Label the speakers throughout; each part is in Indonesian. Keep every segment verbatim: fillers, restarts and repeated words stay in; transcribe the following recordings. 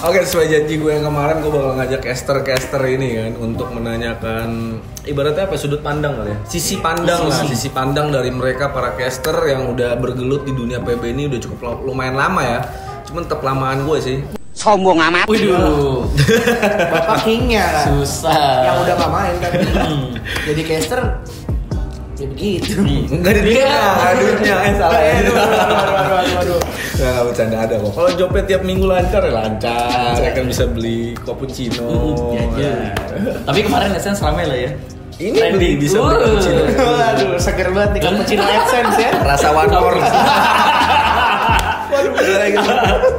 Speaker 1: Oke, sesuai janji gue yang kemarin, gue bakal ngajak caster-caster ini kan untuk menanyakan ibaratnya apa, sudut pandang kali ya, sisi pandang lah, sisi pandang dari mereka para caster yang udah bergelut di dunia P B ini udah cukup lumayan lama ya. Cuman tetap lamaan gue sih.
Speaker 2: Sombong amat.
Speaker 3: Waduh.
Speaker 4: Bapak kingnya kan.
Speaker 3: Susah.
Speaker 4: Yang udah gak main kan. Jadi caster ya begitu.
Speaker 1: Enggak ada duitnya, duitnya eh salah ya.
Speaker 4: Aduh, aduh, aduh, aduh, aduh.
Speaker 1: Nah, bercanda ada kok. Kalau jobnya tiap minggu lancar ya lancar, ya kan bisa beli cappuccino.
Speaker 3: Ya, tapi kemarin AdSense rame lah ya.
Speaker 1: Ini beli bisa beli cappuccino.
Speaker 4: Waduh, seger banget nih cappuccino AdSense ya.
Speaker 1: Rasa one more. Waduh, kayak gitu.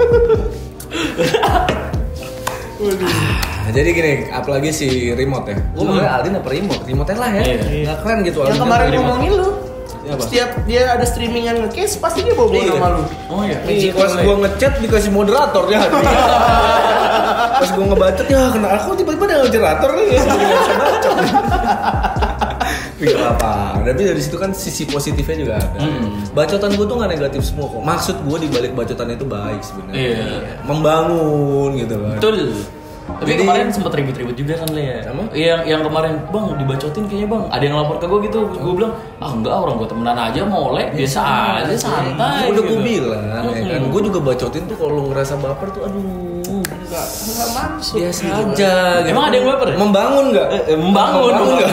Speaker 1: Waduh. Nah, jadi gini, apalagi si remote ya. Gue
Speaker 3: Hmm.
Speaker 1: manggil Aldin apa remote? Remote lah ya.
Speaker 3: Iya.
Speaker 1: Nggak keren gitu.
Speaker 4: Yang
Speaker 1: Aldin
Speaker 4: kemarin
Speaker 1: apa remote?
Speaker 4: ngomongin lu.
Speaker 1: Ya, apa?
Speaker 4: Setiap dia ada streamingan nge-case pasti dia bawa-bawa
Speaker 1: Iya.
Speaker 4: nama lu.
Speaker 3: Oh iya.
Speaker 1: Nih, pas gue ngechat dikasih moderator ya. Pas gue ngebacot ya, kena aku tiba-tiba ada moderator nih. Ya, jadi nggak bisa bacot. Tidak apa. Tapi dari situ kan sisi positifnya juga ada.
Speaker 3: Hmm.
Speaker 1: Bacotan gue tuh nggak negatif semua kok. Maksud gue di balik bacotan itu baik sebenarnya.
Speaker 3: Iya.
Speaker 1: Membangun gitu kan.
Speaker 3: Betul. Tapi
Speaker 1: Jadi-
Speaker 3: kemarin sempat ribut-ribut juga kan Le ya.
Speaker 1: Sama?
Speaker 3: Yang yang kemarin, "Bang, dibacotin kayaknya, Bang." Ada yang lapor ke gue gitu. Gue bilang, "Ah, enggak, orang gue temenan aja, molek, biasa aja, santai."
Speaker 1: Udah
Speaker 3: gitu.
Speaker 1: gue bilang, ya kan.
Speaker 3: Mm-mm.
Speaker 1: Gue juga bacotin tuh kalau lu ngerasa baper tuh, aduh,
Speaker 4: Enggak, enggak masuk.
Speaker 1: biasa
Speaker 4: gitu.
Speaker 1: aja. Gitu.
Speaker 3: Emang ada yang baper ya?
Speaker 1: Membangun nggak?
Speaker 3: Eh, eh, membangun,
Speaker 1: Membangun nggak?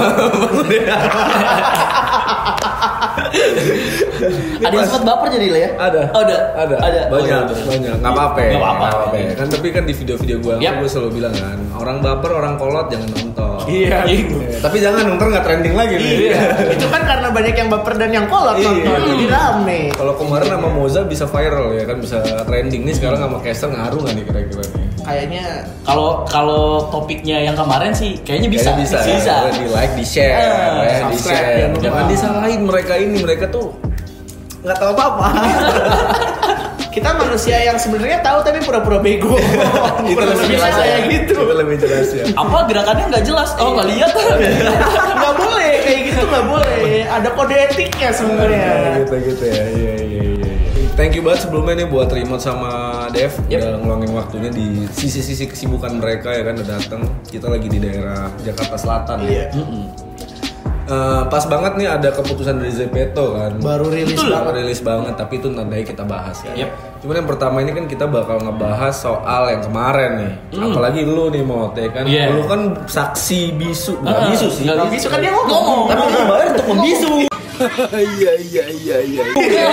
Speaker 3: Ada yang sempat baper jadi Le ya?
Speaker 1: Ada.
Speaker 3: Oh, ada.
Speaker 1: Ada.
Speaker 3: Ada.
Speaker 1: Banyak,
Speaker 3: Oh, iya,
Speaker 1: banyak. Nggak apa-apa.
Speaker 3: Nggak apa-apa.
Speaker 1: Nggak apa-apa. Kan tapi kan di video-video gue,
Speaker 3: Yap.
Speaker 1: gue selalu bilang kan, orang baper, orang kolot jangan nonton.
Speaker 4: Iya.
Speaker 1: Eh, Tapi jangan nonton nggak trending lagi nih.
Speaker 4: Iya. Itu kan karena banyak yang baper dan yang kolot
Speaker 1: Iya.
Speaker 4: nonton. Jadi rame.
Speaker 1: Kalau kemarin sama Moza bisa viral ya kan, bisa trending nih. Sekarang sama Caster ngaruh nggak nih kira-kira nih?
Speaker 4: Kayaknya
Speaker 3: Kalau kalau topiknya yang kemarin sih kayaknya bisa.
Speaker 1: Kayaknya bisa.
Speaker 3: Bisa.
Speaker 1: Ya. Di like, di share,
Speaker 3: Eh,
Speaker 1: ya, di
Speaker 4: subscribe,
Speaker 1: share.
Speaker 4: jangan lupa.
Speaker 1: Jangan disalahin mereka ini. Mereka tuh nggak tahu apa-apa.
Speaker 4: kita manusia yang sebenarnya tahu tapi pura-pura bego.
Speaker 1: Itu lebih
Speaker 4: Bisa
Speaker 1: jelas ya.
Speaker 4: kayak gitu.
Speaker 1: Itu lebih jelas ya.
Speaker 3: Apa gerakannya nggak jelas? Oh, nggak lihat.
Speaker 4: Nggak boleh kayak gitu, nggak boleh. Ada kode etiknya sebenarnya.
Speaker 1: Gitu gitu ya. Iya iya iya. Thank you banget sebelumnya nih buat Remote sama Dev.
Speaker 3: Yep.
Speaker 1: Udah ngeluangin waktunya di sisi-sisi kesibukan mereka ya kan, udah datang. Kita lagi di daerah Jakarta Selatan.
Speaker 4: Iya.
Speaker 1: Ya. Eh, pas banget nih ada keputusan dari Zepeto kan.
Speaker 4: Baru rilis
Speaker 1: Betul,
Speaker 4: banget.
Speaker 1: rilis banget, tapi itu tandanya kita bahas ya.
Speaker 3: Yep.
Speaker 1: Cuman yang pertama ini kan kita bakal ngebahas soal yang kemarin nih.
Speaker 3: Hmm.
Speaker 1: Apalagi lu nih Mot ya kan.
Speaker 3: Yeah.
Speaker 1: Lu kan saksi bisu, nggak
Speaker 3: Ah,
Speaker 1: bisu sih.
Speaker 3: nggak
Speaker 4: Bisu kan dia ngomong.
Speaker 1: Tapi lu bayar untuk membisu. Iya iya iya iya.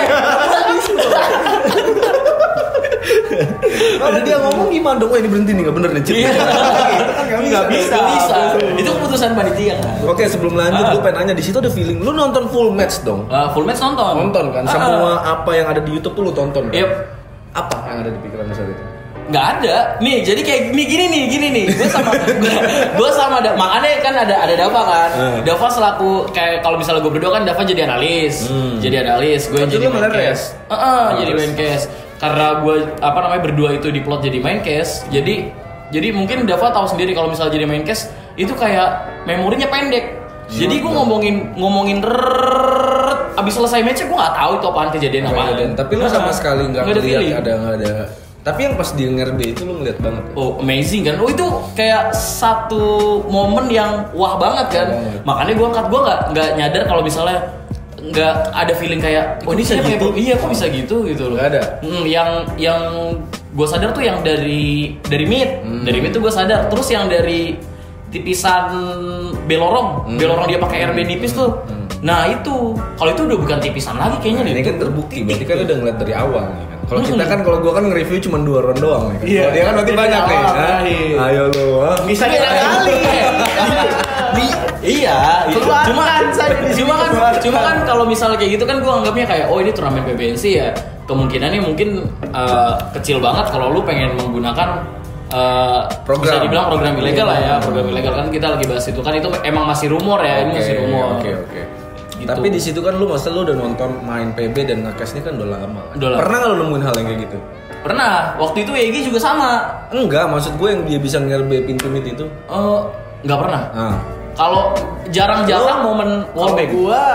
Speaker 1: Kalau dia ngomong gimana dong? Wah ini berhenti nih, nggak bener nih. Cip.
Speaker 3: Iya.
Speaker 1: Itu kan
Speaker 3: Nggak bisa. Nggak bisa. Itu keputusan panitia kan.
Speaker 1: Oke sebelum lanjut,
Speaker 3: Ah.
Speaker 1: gue pengen nanya di situ ada feeling. Lu nonton full match dong?
Speaker 3: Uh, full match nonton.
Speaker 1: Nonton kan?
Speaker 3: Ah.
Speaker 1: Semua apa yang ada di YouTube tuh lu tonton kan?
Speaker 3: Yep.
Speaker 1: Apa yang ada di pikiran lu saat itu?
Speaker 3: Nggak ada. Nih, jadi kayak gini gini nih, gini nih. Gue sama gue sama ada makanya kan ada ada Dava kan.
Speaker 1: Hmm.
Speaker 3: Dava selaku kayak kalau misalnya gue berdua kan Dava jadi analis.
Speaker 1: Hmm.
Speaker 3: Jadi analis, gue
Speaker 1: Berarti
Speaker 3: jadi
Speaker 1: lu
Speaker 3: main
Speaker 1: bener ya?
Speaker 3: case. Heeh, jadi main case. Karena gue apa namanya berdua itu diplot jadi main case. Jadi jadi mungkin Dava tahu sendiri kalau misalnya jadi main case itu kayak memorinya pendek. Jadi gue ngomongin ngomongin rrrr, abis selesai match gue nggak tahu itu apaan kejadian apaan.
Speaker 1: Dan tapi lu sama sekali nggak
Speaker 3: Nggak ada
Speaker 1: ngeliat
Speaker 3: feeling.
Speaker 1: ada nggak ada. Tapi yang pas di N R B itu lu ngeliat banget. Ya?
Speaker 3: Oh amazing kan? Oh itu kayak satu momen yang wah banget kan?
Speaker 1: Wah banget.
Speaker 3: Makanya gue angkat gue nggak nggak nyadar kalau misalnya nggak ada feeling kayak oh ini
Speaker 1: Bisa
Speaker 3: kayaknya
Speaker 1: gitu?
Speaker 3: kayak- iya kok bisa gitu gitu loh.
Speaker 1: Nggak ada?
Speaker 3: Hmm, yang yang gue sadar tuh yang dari dari mid
Speaker 1: Hmm.
Speaker 3: dari mid tuh gue sadar. Terus yang dari tipisan belorong
Speaker 1: Hmm.
Speaker 3: belorong dia pakai R B nipis tuh.
Speaker 1: Hmm.
Speaker 3: Nah itu kalau itu udah bukan tipisan lagi kayaknya
Speaker 1: Ini
Speaker 3: deh.
Speaker 1: kan terbukti, berarti kan lu udah ngeliat dari awal nih kan. Kalau kita
Speaker 3: Hmm.
Speaker 1: kan, kalau gua kan nge-review cuma dua round doang nih kan.
Speaker 4: Iya.
Speaker 1: Kalau dia kan berarti
Speaker 4: Dari
Speaker 1: banyak nih.
Speaker 4: awal,
Speaker 1: Hah?
Speaker 4: akhir.
Speaker 1: Ayo lu. ah.
Speaker 4: Bisa kita kali.
Speaker 3: Di- iya, itu.
Speaker 4: Keluarkan
Speaker 3: cuma
Speaker 4: saja di sini,
Speaker 3: cuma kan
Speaker 4: keluarkan.
Speaker 3: cuma kan kalau misalnya kayak gitu kan gue anggapnya kayak oh ini turnamen P B N C ya kemungkinannya mungkin eh, kecil banget kalau lu pengen menggunakan eh,
Speaker 1: Program.
Speaker 3: bisa dibilang program ilegal lah ya program ilegal kan kita lagi bahas itu kan itu emang masih rumor ya ini
Speaker 1: Oke,
Speaker 3: masih rumor.
Speaker 1: Oke, oke.
Speaker 3: Gitu.
Speaker 1: Tapi di situ kan lu maksudnya lu udah nonton main P B dan ngekes ini kan udah lama.
Speaker 3: Udah lama.
Speaker 1: Pernah nggak lu nemuin hal yang kayak gitu?
Speaker 3: Pernah waktu itu Egi juga sama.
Speaker 1: Enggak, maksud gue yang dia bisa nge-R B pintu mid itu.
Speaker 3: Eh, nggak pernah.
Speaker 1: Ah.
Speaker 3: Kalau jarang-jarang momen
Speaker 4: Kalau
Speaker 3: wallbang.
Speaker 4: gua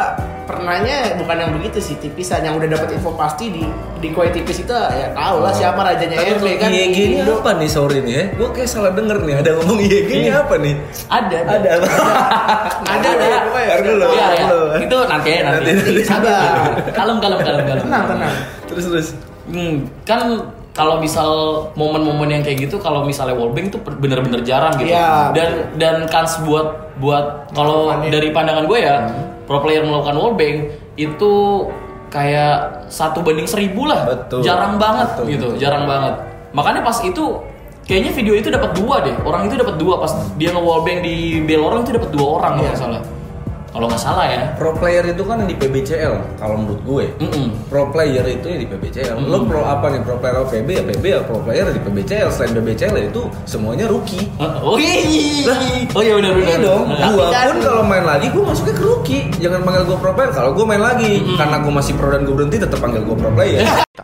Speaker 4: pernahnya bukan yang begitu sih, tipisan yang udah dapat info pasti di di kue tipis itu ya tahu lah siapa rajanya R B kan.
Speaker 1: I Y G ini apa nih sorry nih ya? Gue kayak salah denger nih ada ngomong I Y G ini apa nih?
Speaker 3: Ada.
Speaker 1: Ada.
Speaker 4: Ada ada pokoknya.
Speaker 1: Dulu.
Speaker 3: Iya, ya. Itu nanti ya nanti.
Speaker 1: Nanti.
Speaker 4: Sabar.
Speaker 3: Kalem kalem kalem kalem.
Speaker 4: Tenang tenang.
Speaker 1: Terus terus.
Speaker 3: Hmm, kan kalau misal momen-momen yang kayak gitu, kalau misalnya wallbang tuh bener-bener jarang gitu.
Speaker 4: Ya,
Speaker 3: dan dan kans buat buat kalau dari pandangan gue ya, hmm. pro player melakukan wallbang itu kayak satu banding seribu lah.
Speaker 1: Betul.
Speaker 3: Jarang banget
Speaker 1: Betul,
Speaker 3: gitu,
Speaker 1: betul.
Speaker 3: jarang banget. Makanya pas itu kayaknya video itu dapat dua deh. Orang itu dapat dua pas dia nge-wallbang di Belorong itu dapat dua orang kalau nggak salah. Kalau nggak salah ya.
Speaker 1: Pro player itu kan yang di P B C L kalau menurut gue.
Speaker 3: Mm-mm.
Speaker 1: Pro player itu yang di P B C L.
Speaker 3: Mm-mm.
Speaker 1: Lo pro apa nih? Pro player P B ya P B ya pro player di P B C L. Selain P B C L itu semuanya rookie.
Speaker 3: Oh iya. Oh iya benar benar.
Speaker 1: Iya dong.
Speaker 3: Nah,
Speaker 1: Gua
Speaker 4: kan-
Speaker 1: pun kalau main lagi gue masuknya ke rookie. Jangan panggil gue pro player. Kalau gue main lagi
Speaker 3: Mm-mm.
Speaker 1: karena gue masih pro dan gue berhenti tetap panggil gue pro player.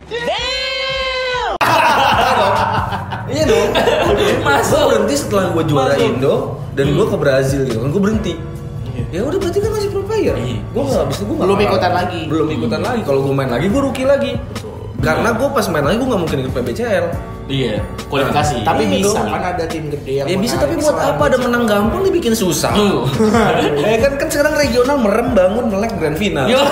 Speaker 1: Iya dong. Mas gue berhenti setelah gue juara
Speaker 3: Masuk.
Speaker 1: Indo dan gue
Speaker 3: Hmm.
Speaker 1: ke Brazil gitu kan gue berhenti. Ya udah berarti kan masih pro player.
Speaker 3: Iya.
Speaker 1: Gue nggak habis itu gue
Speaker 4: Belum ikutan lagi.
Speaker 1: Belum ikutan lagi. Kalau gue main lagi gue rookie lagi. Karena gue pas main lagi gue nggak mungkin ikut P B C L.
Speaker 3: Iya, kualifikasi.
Speaker 4: Tapi
Speaker 1: Iya
Speaker 4: bisa
Speaker 1: dong.
Speaker 4: kan ada tim gede yang
Speaker 1: Ya bisa
Speaker 4: menarik
Speaker 1: tapi buat
Speaker 4: seorang
Speaker 1: apa ada menang gampang dibikin susah.
Speaker 3: Tuh.
Speaker 1: Eh kan kan sekarang regional merem bangun melek grand final.
Speaker 3: Yo.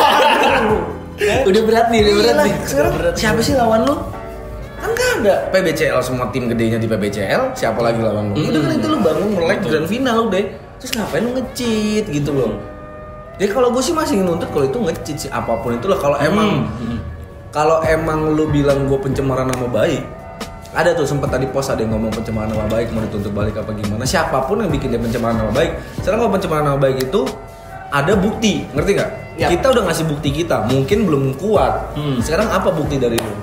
Speaker 3: Udah berat nih, udah berat
Speaker 1: Iya,
Speaker 3: nih.
Speaker 1: sekarang siapa sih lawan lu? Kan gak ada P B C L semua tim gedenya di P B C L, siapa lagi lawan lu?
Speaker 3: Hmm.
Speaker 1: Udah kan itu lu bangun melek grand final deh. Terus ngapain lu nge-cheat gitu loh. Ya kalau gue sih masih nuntut kalau itu nge-cheat sih apapun itulah kalau emang
Speaker 3: Hmm.
Speaker 1: kalau emang lu bilang gue pencemaran nama baik, ada tuh sempat tadi post ada yang ngomong pencemaran nama baik mau dituntut balik apa gimana. Siapapun yang bikin dia pencemaran nama baik, sekarang kalau pencemaran nama baik itu ada bukti, ngerti nggak?
Speaker 4: Ya.
Speaker 1: Kita udah ngasih bukti kita, mungkin belum kuat.
Speaker 3: Hmm.
Speaker 1: Sekarang apa bukti dari lu?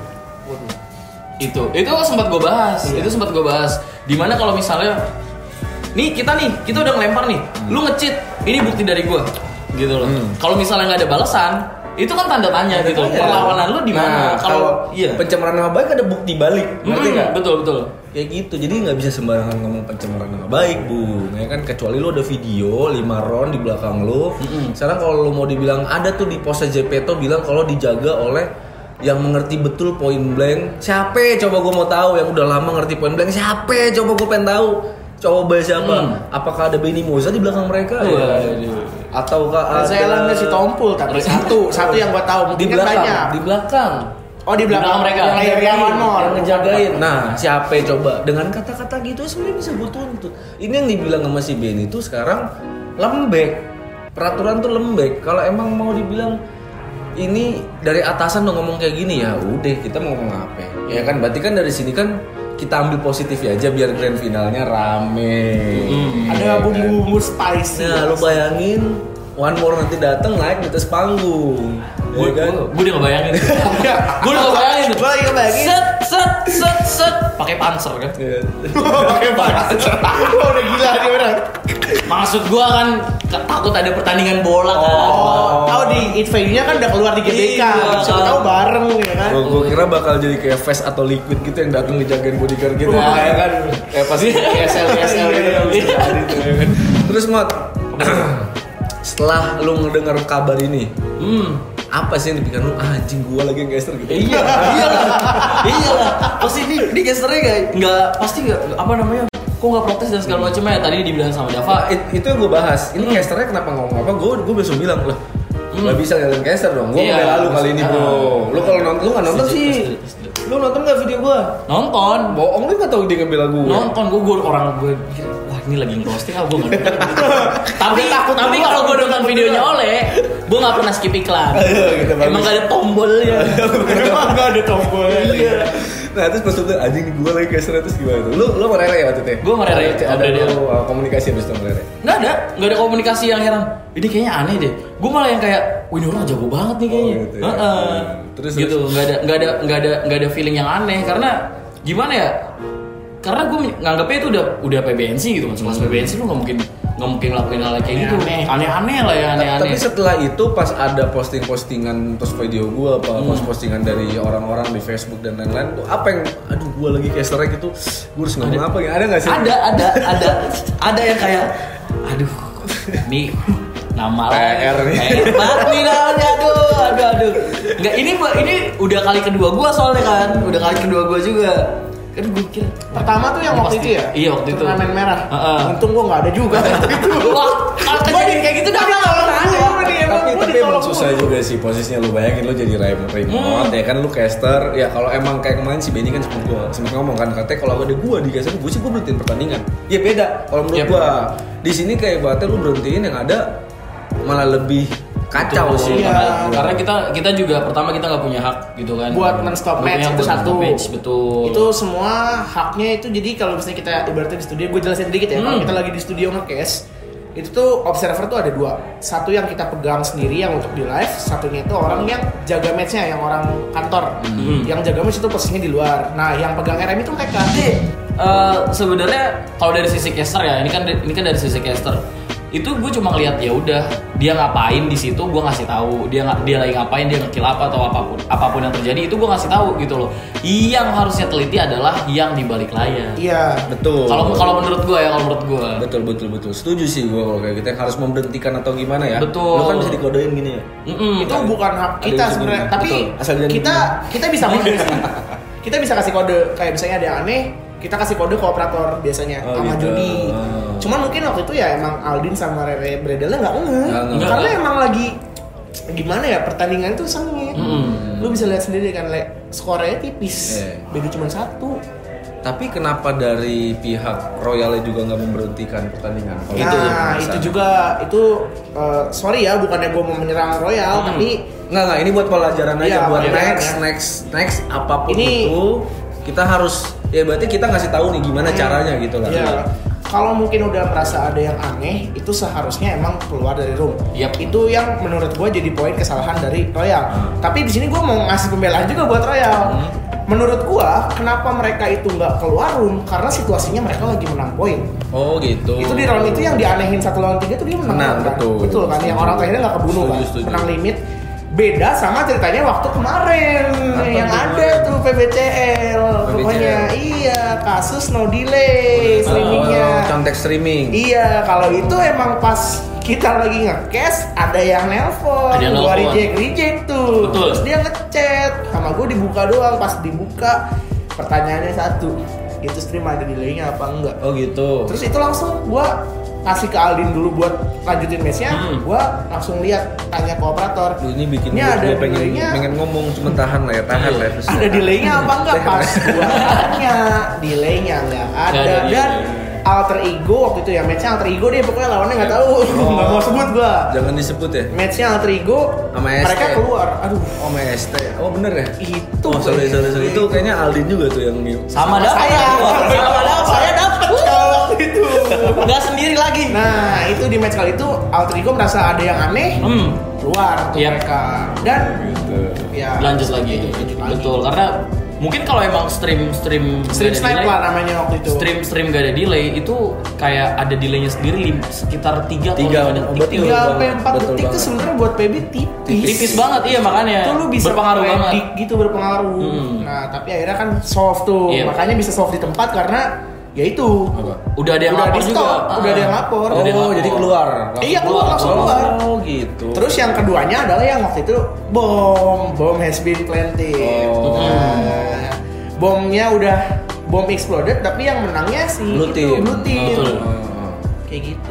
Speaker 3: Itu, itu sempat gue bahas.
Speaker 4: Iya.
Speaker 3: Itu sempat gue bahas. Dimana kalau misalnya, nih kita nih, kita udah ngelempar nih, lu nge-cheat, ini bukti dari gue, gitu loh.
Speaker 1: Hmm.
Speaker 3: Kalau misalnya nggak ada balasan, itu kan tanda tanya gitu.
Speaker 1: Tanya.
Speaker 3: Perlawanan lu di mana?
Speaker 1: Nah, kalau
Speaker 3: iya,
Speaker 1: pencemaran nama baik ada bukti balik, ngerti
Speaker 3: Hmm,
Speaker 1: nggak?
Speaker 3: betul betul.
Speaker 1: Kayak gitu, jadi nggak bisa sembarangan ngomong pencemaran nama baik, bu. Ya kan kecuali lu ada video lima round di belakang lu.
Speaker 3: Mm-mm.
Speaker 1: Sekarang kalau lu mau dibilang ada tuh di pose Jepeto bilang kalau dijaga oleh yang mengerti betul point blank. Siapa? Coba gue mau tahu yang udah lama ngerti point blank. Siapa? Coba gue pengen tahu. Coba siapa?
Speaker 3: Hmm.
Speaker 1: Apakah ada Benny Moza di belakang mereka?
Speaker 3: Iya,
Speaker 1: Ya.
Speaker 3: iya, iya.
Speaker 1: Ataukah
Speaker 4: Saya
Speaker 1: ada
Speaker 4: Elangnya si Tompul tapi satu satu yang gua tahu
Speaker 1: di
Speaker 4: mungkin kan
Speaker 1: belakang,
Speaker 4: banyak.
Speaker 1: di belakang.
Speaker 4: Oh di belakang,
Speaker 3: belakang mereka.
Speaker 4: Yang layarnya one more.
Speaker 1: Yang ngejagain. Nah, siapa coba dengan kata-kata gitu sebenarnya bisa gue tuntut. Ini yang dibilang sama si Ben itu sekarang lembek. Peraturan tuh lembek. Kalau emang mau dibilang ini dari atasan udah ngomong kayak gini ya, udah kita mau ngomong apa? Ya kan berarti kan dari sini kan kita ambil positif ya aja biar grand finalnya rame.
Speaker 3: Hmm.
Speaker 4: Ada bumbu-bumbu spicy.
Speaker 1: Nah, lu bayangin One More nanti datang naik di atas panggung.
Speaker 3: Gue
Speaker 1: Ya kan?
Speaker 3: gue udah ngebayangin. Gue udah ngebayangin tuh.
Speaker 4: Gua lagi ngebayangin.
Speaker 3: Set set set set. Pakai panser kan.
Speaker 1: Iya.
Speaker 4: Pakai banget. Oh, udah gila dia orang.
Speaker 3: Maksud gua kan ke- takut ada pertandingan bola kan.
Speaker 4: Oh, tahu di it venue-nya kan udah keluar di G B K.
Speaker 3: Iya.
Speaker 4: Siapa tahu bareng ya kan.
Speaker 1: Gue gue kira bakal jadi kayak Fast atau Liquid gitu yang datang ngejagain bodyguard gitu.
Speaker 3: Wah.
Speaker 1: ya kan. Kayak pas di S L S L gitu kan bisa jadi tuh, ya kan. Terus Mot, setelah lu ngedengar kabar ini,
Speaker 3: Hmm.
Speaker 1: apa sih yang dipikiran lu? Ah, anjing gua lagi yang geser gitu.
Speaker 3: Iya, iyalah. Iyalah. Pasti di di casternya kayak enggak pasti enggak apa namanya? Kok enggak protes dan segala macamnya ya tadi dibilang sama Dava.
Speaker 1: Pak, it- itu yang gue bahas. Ini
Speaker 3: Hmm.
Speaker 1: casternya kenapa ngomong apa? Gue gue besok bilang lah. Gak bisa ngeliatin caster dong. Gue
Speaker 3: Iya,
Speaker 1: ngebela lu kali ini
Speaker 3: ah.
Speaker 1: bro. Lu kalau nonton lu nggak nonton
Speaker 3: Setuju,
Speaker 1: sih.
Speaker 3: setuju, setuju.
Speaker 1: Lu nonton nggak video gue?
Speaker 3: Nonton.
Speaker 1: Bohong lu nggak tahu dia ngebela gue.
Speaker 3: Nonton gua gua orang gue pikir, wah ini lagi ngerosting ah gua enggak. Tapi
Speaker 4: takut
Speaker 3: tapi
Speaker 4: sama
Speaker 3: kalau
Speaker 4: orang.
Speaker 3: gua nonton videonya oleh, gua enggak pernah skip iklan.
Speaker 1: Ayo, gitu, bagus.
Speaker 3: Emang gak ada tombolnya.
Speaker 4: Emang enggak ada tombolnya.
Speaker 3: Iya.
Speaker 1: Nah terus pas itu anjing gue lagi caster terus gimana tuh? Lu lu sama Rere ya waktu itu? ya?
Speaker 3: Gua sama Rere.
Speaker 1: Ada, ada
Speaker 3: Udah dia.
Speaker 1: lu, uh, komunikasi abis itu sama Rere.
Speaker 3: Nggak ada, nggak ada komunikasi yang heran. Ini kayaknya aneh deh. Gue malah yang kayak, wih ini orang jago banget nih kayaknya.
Speaker 1: Oh, gitu ya.
Speaker 3: Heeh.
Speaker 1: Terus,
Speaker 3: gitu, nggak ada, nggak ada, nggak ada, nggak ada feeling yang aneh karena gimana ya? Karena gue nganggapnya itu udah udah P B N C gitu kan, sekelas P B N C lu nggak mungkin nggak mungkin ngelakuin hal kayak gitu.
Speaker 4: Aneh.
Speaker 3: Aneh-aneh lah ya, aneh-aneh.
Speaker 1: Tapi setelah itu pas ada posting-postingan terus video gue apa
Speaker 3: Hmm.
Speaker 1: post-postingan dari orang-orang di Facebook dan lain-lain, tuh apa yang aduh gue lagi casternya gitu, gue harus ngomong apa ya? Ada nggak sih?
Speaker 3: Ada, ada, ada, ada yang kayak, aduh, nih Nama
Speaker 1: P R nih.
Speaker 3: P R banget nih namanya. Aduh, aduh, aduh. Enggak, ini ini udah kali kedua gua soalnya kan. Udah kali kedua gua juga. Kan gue kira
Speaker 4: Pertama tuh yang
Speaker 3: Oh,
Speaker 4: waktu
Speaker 3: pasti.
Speaker 4: itu ya?
Speaker 3: Iya, waktu itu.
Speaker 4: Turnamen merah.
Speaker 3: Heeh.
Speaker 4: Untung gua nggak ada juga waktu itu.
Speaker 3: Wah, kalau kejadian kayak gitu dah
Speaker 4: Tapi kalau nanya apa nih? Emang
Speaker 1: tapi
Speaker 4: gua
Speaker 1: tapi
Speaker 4: ditolong
Speaker 1: emang susah
Speaker 4: mulu.
Speaker 1: juga sih posisinya. Lu bayangin lu jadi remote remote ya kan, lu caster ya. Kalau emang kayak kemarin si Benny kan sempat gua sempat ngomong kan, katanya kalau ada gua di caster gua sih gua berhentiin pertandingan. Ya beda kalau menurut
Speaker 3: Yep.
Speaker 1: gua. Di sini kayak ibaratnya lu berhentiin, yang ada malah lebih kacau
Speaker 3: Betul,
Speaker 1: sih.
Speaker 4: Iya.
Speaker 3: karena, karena kita kita juga pertama kita nggak punya hak gitu kan
Speaker 4: Buat non-stop
Speaker 3: Nggak
Speaker 4: match
Speaker 3: punya hak
Speaker 4: itu
Speaker 3: buat
Speaker 4: satu.
Speaker 3: non-stop match, betul
Speaker 4: Itu semua haknya itu, jadi kalau misalnya kita ibaratnya di studio, gue jelasin sedikit ya. Kalau
Speaker 3: Hmm.
Speaker 4: kita lagi di studio nge-cast, itu tuh observer tuh ada dua. Satu yang kita pegang sendiri yang untuk di live, satunya itu orang yang jaga matchnya, yang orang kantor.
Speaker 3: Hmm.
Speaker 4: Yang jaga match itu posisinya di luar. Nah, yang pegang R M itu mereka.
Speaker 3: Jadi eh, sebenarnya kalau dari sisi caster ya, ini kan ini kan dari sisi caster. Itu gue cuma ngeliat ya udah dia ngapain di situ, gue ngasih tahu dia nggak dia lagi ngapain, dia ngekill apa atau apapun apapun yang terjadi itu gue ngasih tahu gitu loh. Yang harusnya teliti adalah yang di balik layar.
Speaker 4: Iya.
Speaker 1: Betul.
Speaker 3: Kalau kalau menurut gue ya, kalau menurut gue.
Speaker 1: betul betul betul setuju sih gua kalau kayak gitu, yang harus memberhentikan atau gimana ya.
Speaker 3: Betul.
Speaker 1: Lu kan bisa dikodein gini ya.
Speaker 3: Mm-mm.
Speaker 4: Itu bukan hak
Speaker 1: Ada
Speaker 4: kita
Speaker 1: yang
Speaker 4: sebenarnya,
Speaker 1: segini.
Speaker 4: tapi
Speaker 1: Betul. Asal jangan
Speaker 4: kita kita bisa kode sih. Kita bisa kasih kode, kayak misalnya ada yang aneh, kita kasih kode ke operator biasanya
Speaker 1: Oh,
Speaker 4: sama
Speaker 1: gitu.
Speaker 4: Jody.
Speaker 1: Oh.
Speaker 4: Cuman mungkin waktu itu ya emang Aldin sama Rere Bredelnya nggak ngeh,
Speaker 1: Nggak ngeh.
Speaker 4: karena emang lagi gimana ya, pertandingan itu sengit.
Speaker 3: Mm.
Speaker 4: Lu bisa lihat sendiri kan, le, skornya tipis,
Speaker 1: Iya.
Speaker 4: beda cuma satu.
Speaker 1: Tapi kenapa dari pihak Royalnya juga nggak memberhentikan pertandingan? Kalau
Speaker 3: Itu
Speaker 4: Nah
Speaker 1: bisa.
Speaker 4: itu juga itu uh, sorry ya, bukannya gue mau menyerang Royal,
Speaker 3: Hmm.
Speaker 4: tapi
Speaker 1: Nggak nggak, ini buat pelajaran aja,
Speaker 4: Iya,
Speaker 1: buat
Speaker 4: pelajaran
Speaker 1: next
Speaker 4: ya.
Speaker 1: next next apapun
Speaker 4: Ini-
Speaker 1: itu kita harus, ya berarti kita ngasih tahu nih gimana caranya gitu lah.
Speaker 4: Iya. Kalau mungkin udah merasa ada yang aneh, itu seharusnya emang keluar dari room.
Speaker 3: Yap.
Speaker 4: Itu yang menurut gue jadi poin kesalahan dari Royal.
Speaker 1: Hmm.
Speaker 4: Tapi di sini gue mau ngasih pembelaan juga buat Royal.
Speaker 1: Hmm.
Speaker 4: Menurut gue, kenapa mereka itu nggak keluar room? Karena situasinya mereka lagi menang poin.
Speaker 1: Oh gitu.
Speaker 4: Itu di round itu yang dianehin satu lawan tiga tuh dia menang,
Speaker 1: Menang,
Speaker 4: kan?
Speaker 1: betul.
Speaker 4: Betul kan? Yang orang terakhirnya nggak kebunuh
Speaker 1: Setuju,
Speaker 4: kan?
Speaker 1: setuju.
Speaker 4: Menang limit. Beda sama ceritanya waktu kemarin
Speaker 1: Apa
Speaker 4: yang
Speaker 1: tuh
Speaker 4: ada
Speaker 1: kemarin?
Speaker 4: tuh P B C L.
Speaker 1: P B C L.
Speaker 4: Pokoknya iya, kasus no delay streamingnya.
Speaker 1: Oh, contek streaming.
Speaker 4: Iya, kalau itu emang pas kita lagi nge-cast ada yang nelpon,
Speaker 3: Ada yang
Speaker 4: gua
Speaker 3: nelpon.
Speaker 4: reject reject tuh.
Speaker 3: Betul.
Speaker 4: Terus dia ngechat sama gue, dibuka doang. Pas dibuka pertanyaannya satu, itu stream ada delaynya apa enggak?
Speaker 1: Oh gitu.
Speaker 4: Terus itu langsung gua kasih ke Aldin dulu buat lanjutin matchnya.
Speaker 3: Hmm.
Speaker 4: Gua langsung lihat, tanya ke operator.
Speaker 1: Duh, ini bikin
Speaker 4: Ini
Speaker 1: gua,
Speaker 4: ada
Speaker 1: gua pengen
Speaker 4: delaynya.
Speaker 1: pengen ngomong, cuma tahan lah ya, tahan lah ya. terus
Speaker 4: Ada
Speaker 1: ya.
Speaker 4: delaynya apa enggak? Pas gua tanya, delaynya enggak ada.
Speaker 3: Nggak ada
Speaker 4: Dan
Speaker 3: delay.
Speaker 4: alter ego waktu itu ya, matchnya alter ego deh, pokoknya lawannya nggak tahu.
Speaker 1: Oh.
Speaker 4: Nggak mau sebut gua.
Speaker 1: Jangan disebut ya.
Speaker 4: Matchnya alter ego,
Speaker 1: Sama S T.
Speaker 4: mereka keluar. Aduh,
Speaker 1: Oh, sama S T. Oh bener ya?
Speaker 4: itu.
Speaker 1: Oh sorry sorry sorry. Itu kayaknya Aldin juga tuh yang
Speaker 3: Sama dapat.
Speaker 4: saya.
Speaker 3: Sama dapat.
Speaker 4: Saya dapat kalau waktu itu.
Speaker 3: Nggak sendiri lagi.
Speaker 4: Nah, itu di match kali itu alter ego merasa ada yang aneh,
Speaker 3: Hmm.
Speaker 4: keluar tuh
Speaker 3: Iya.
Speaker 4: mereka. Dan
Speaker 1: gitu.
Speaker 4: ya
Speaker 3: Lanjut lagi.
Speaker 4: lanjut lagi.
Speaker 3: Betul, karena mungkin kalau emang stream stream
Speaker 4: Stream
Speaker 3: nggak ada
Speaker 4: snipe
Speaker 3: delay,
Speaker 4: lah namanya waktu itu.
Speaker 3: stream stream gak ada delay itu kayak ada delaynya sendiri lim- sekitar tiga
Speaker 1: Tiga,
Speaker 3: kalau nggak ada
Speaker 1: oh,
Speaker 3: tiga,
Speaker 1: betul.
Speaker 4: tiga sampai
Speaker 1: banget,
Speaker 4: empat
Speaker 1: betul
Speaker 4: detik tuh
Speaker 1: banget.
Speaker 4: sebenarnya buat P B tipis.
Speaker 3: tipis banget iya makanya
Speaker 4: Itu lu bisa
Speaker 3: berpengaruh banget.
Speaker 4: predik gitu, berpengaruh.
Speaker 3: Mm-mm.
Speaker 4: Nah, tapi akhirnya kan solve tuh.
Speaker 3: Iya.
Speaker 4: Makanya bisa solve di tempat karena ya itu.
Speaker 1: Apa?
Speaker 3: Udah ada yang
Speaker 4: Udah
Speaker 3: lapor
Speaker 4: di
Speaker 3: juga.
Speaker 4: stop, udah ada yang lapor.
Speaker 3: Udah ada yang
Speaker 1: Oh,
Speaker 3: lapor.
Speaker 1: jadi keluar.
Speaker 4: Iya, keluar, langsung keluar.
Speaker 1: Oh, gitu.
Speaker 4: Terus yang keduanya adalah yang waktu itu bom, bom has been planted.
Speaker 1: Oh.
Speaker 4: Nah, bomnya udah bom exploded, tapi yang menangnya si
Speaker 1: Blue
Speaker 4: itu,
Speaker 1: team.
Speaker 4: Blue team.
Speaker 3: Betul.
Speaker 1: Oh,
Speaker 4: Kayak gitu.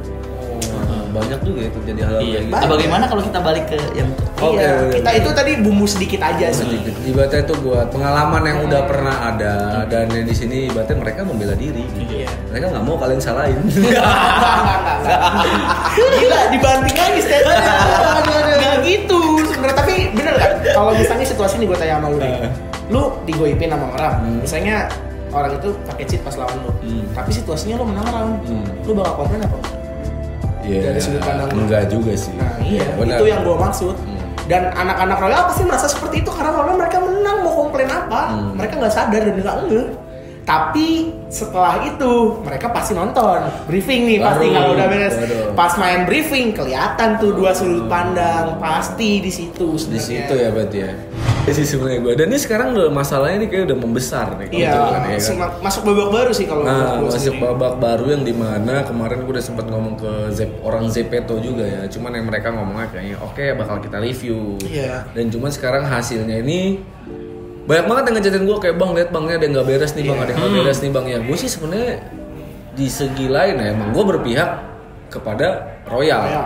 Speaker 1: oh, banyak juga ya terjadi hal-hal
Speaker 3: Iya.
Speaker 1: kayak gitu.
Speaker 3: Ah, bagaimana kalau kita balik ke yang
Speaker 1: Oke,
Speaker 4: iya,
Speaker 1: oke,
Speaker 4: kita
Speaker 1: oke.
Speaker 4: itu tadi bumbu sedikit aja sih.
Speaker 1: Sedikit. Ibaratnya itu buat pengalaman yang udah pernah ada, dan yang di sini ibaratnya mereka membela diri. Gitu.
Speaker 4: Iya.
Speaker 1: Mereka nggak mau kalian salahin.
Speaker 4: Gila, dibanting lagi statementnya. Nggak gitu sebenarnya, tapi bener kan? Kalau misalnya situasi ini gue tanya sama lu nih, lu digoipin sama orang, misalnya orang itu pakai cheat pas lawan lu,
Speaker 1: Hmm.
Speaker 4: tapi situasinya lu menang lawan,
Speaker 1: Hmm.
Speaker 4: lu bakal komplain apa?
Speaker 1: Iya.
Speaker 4: Dari sudut pandang lu.
Speaker 1: enggak juga sih.
Speaker 4: Nah iya,
Speaker 1: Benar.
Speaker 4: itu yang gue maksud.
Speaker 1: Hmm.
Speaker 4: Dan anak-anak Royal pasti merasa seperti itu karena Royal mereka menang, mau komplain apa?
Speaker 1: Hmm.
Speaker 4: Mereka nggak sadar dan nggak ngeh. Tapi setelah itu mereka pasti nonton briefing nih pasti
Speaker 1: Baru,
Speaker 4: kalau udah beres.
Speaker 1: baru.
Speaker 4: Pas main briefing kelihatan tuh dua sudut pandang pasti di situ.
Speaker 1: Di
Speaker 4: sebenarnya.
Speaker 1: situ ya berarti ya. Di sisi sebenarnya gue. Dan ini sekarang udah masalahnya ini kayak udah membesar nih.
Speaker 4: Iya,
Speaker 1: gitu kan, ya kan?
Speaker 4: ma- masuk babak baru sih kalau
Speaker 1: Nah,
Speaker 4: menurut gua
Speaker 1: masuk
Speaker 4: sendiri.
Speaker 1: babak baru yang dimana kemarin gue udah sempat ngomong ke Zep, orang Zepeto juga ya. Cuman yang mereka ngomongnya kayaknya oke bakal kita review.
Speaker 4: Iya.
Speaker 1: Dan cuman sekarang hasilnya ini banyak banget yang ngechatin gue kayak bang lihat bangnya ada yang nggak beres nih bang,
Speaker 4: Iya.
Speaker 1: ada yang nggak beres nih bang ya. Gue sih sebenarnya di segi lain ya emang gue berpihak kepada Royal.
Speaker 4: Royal.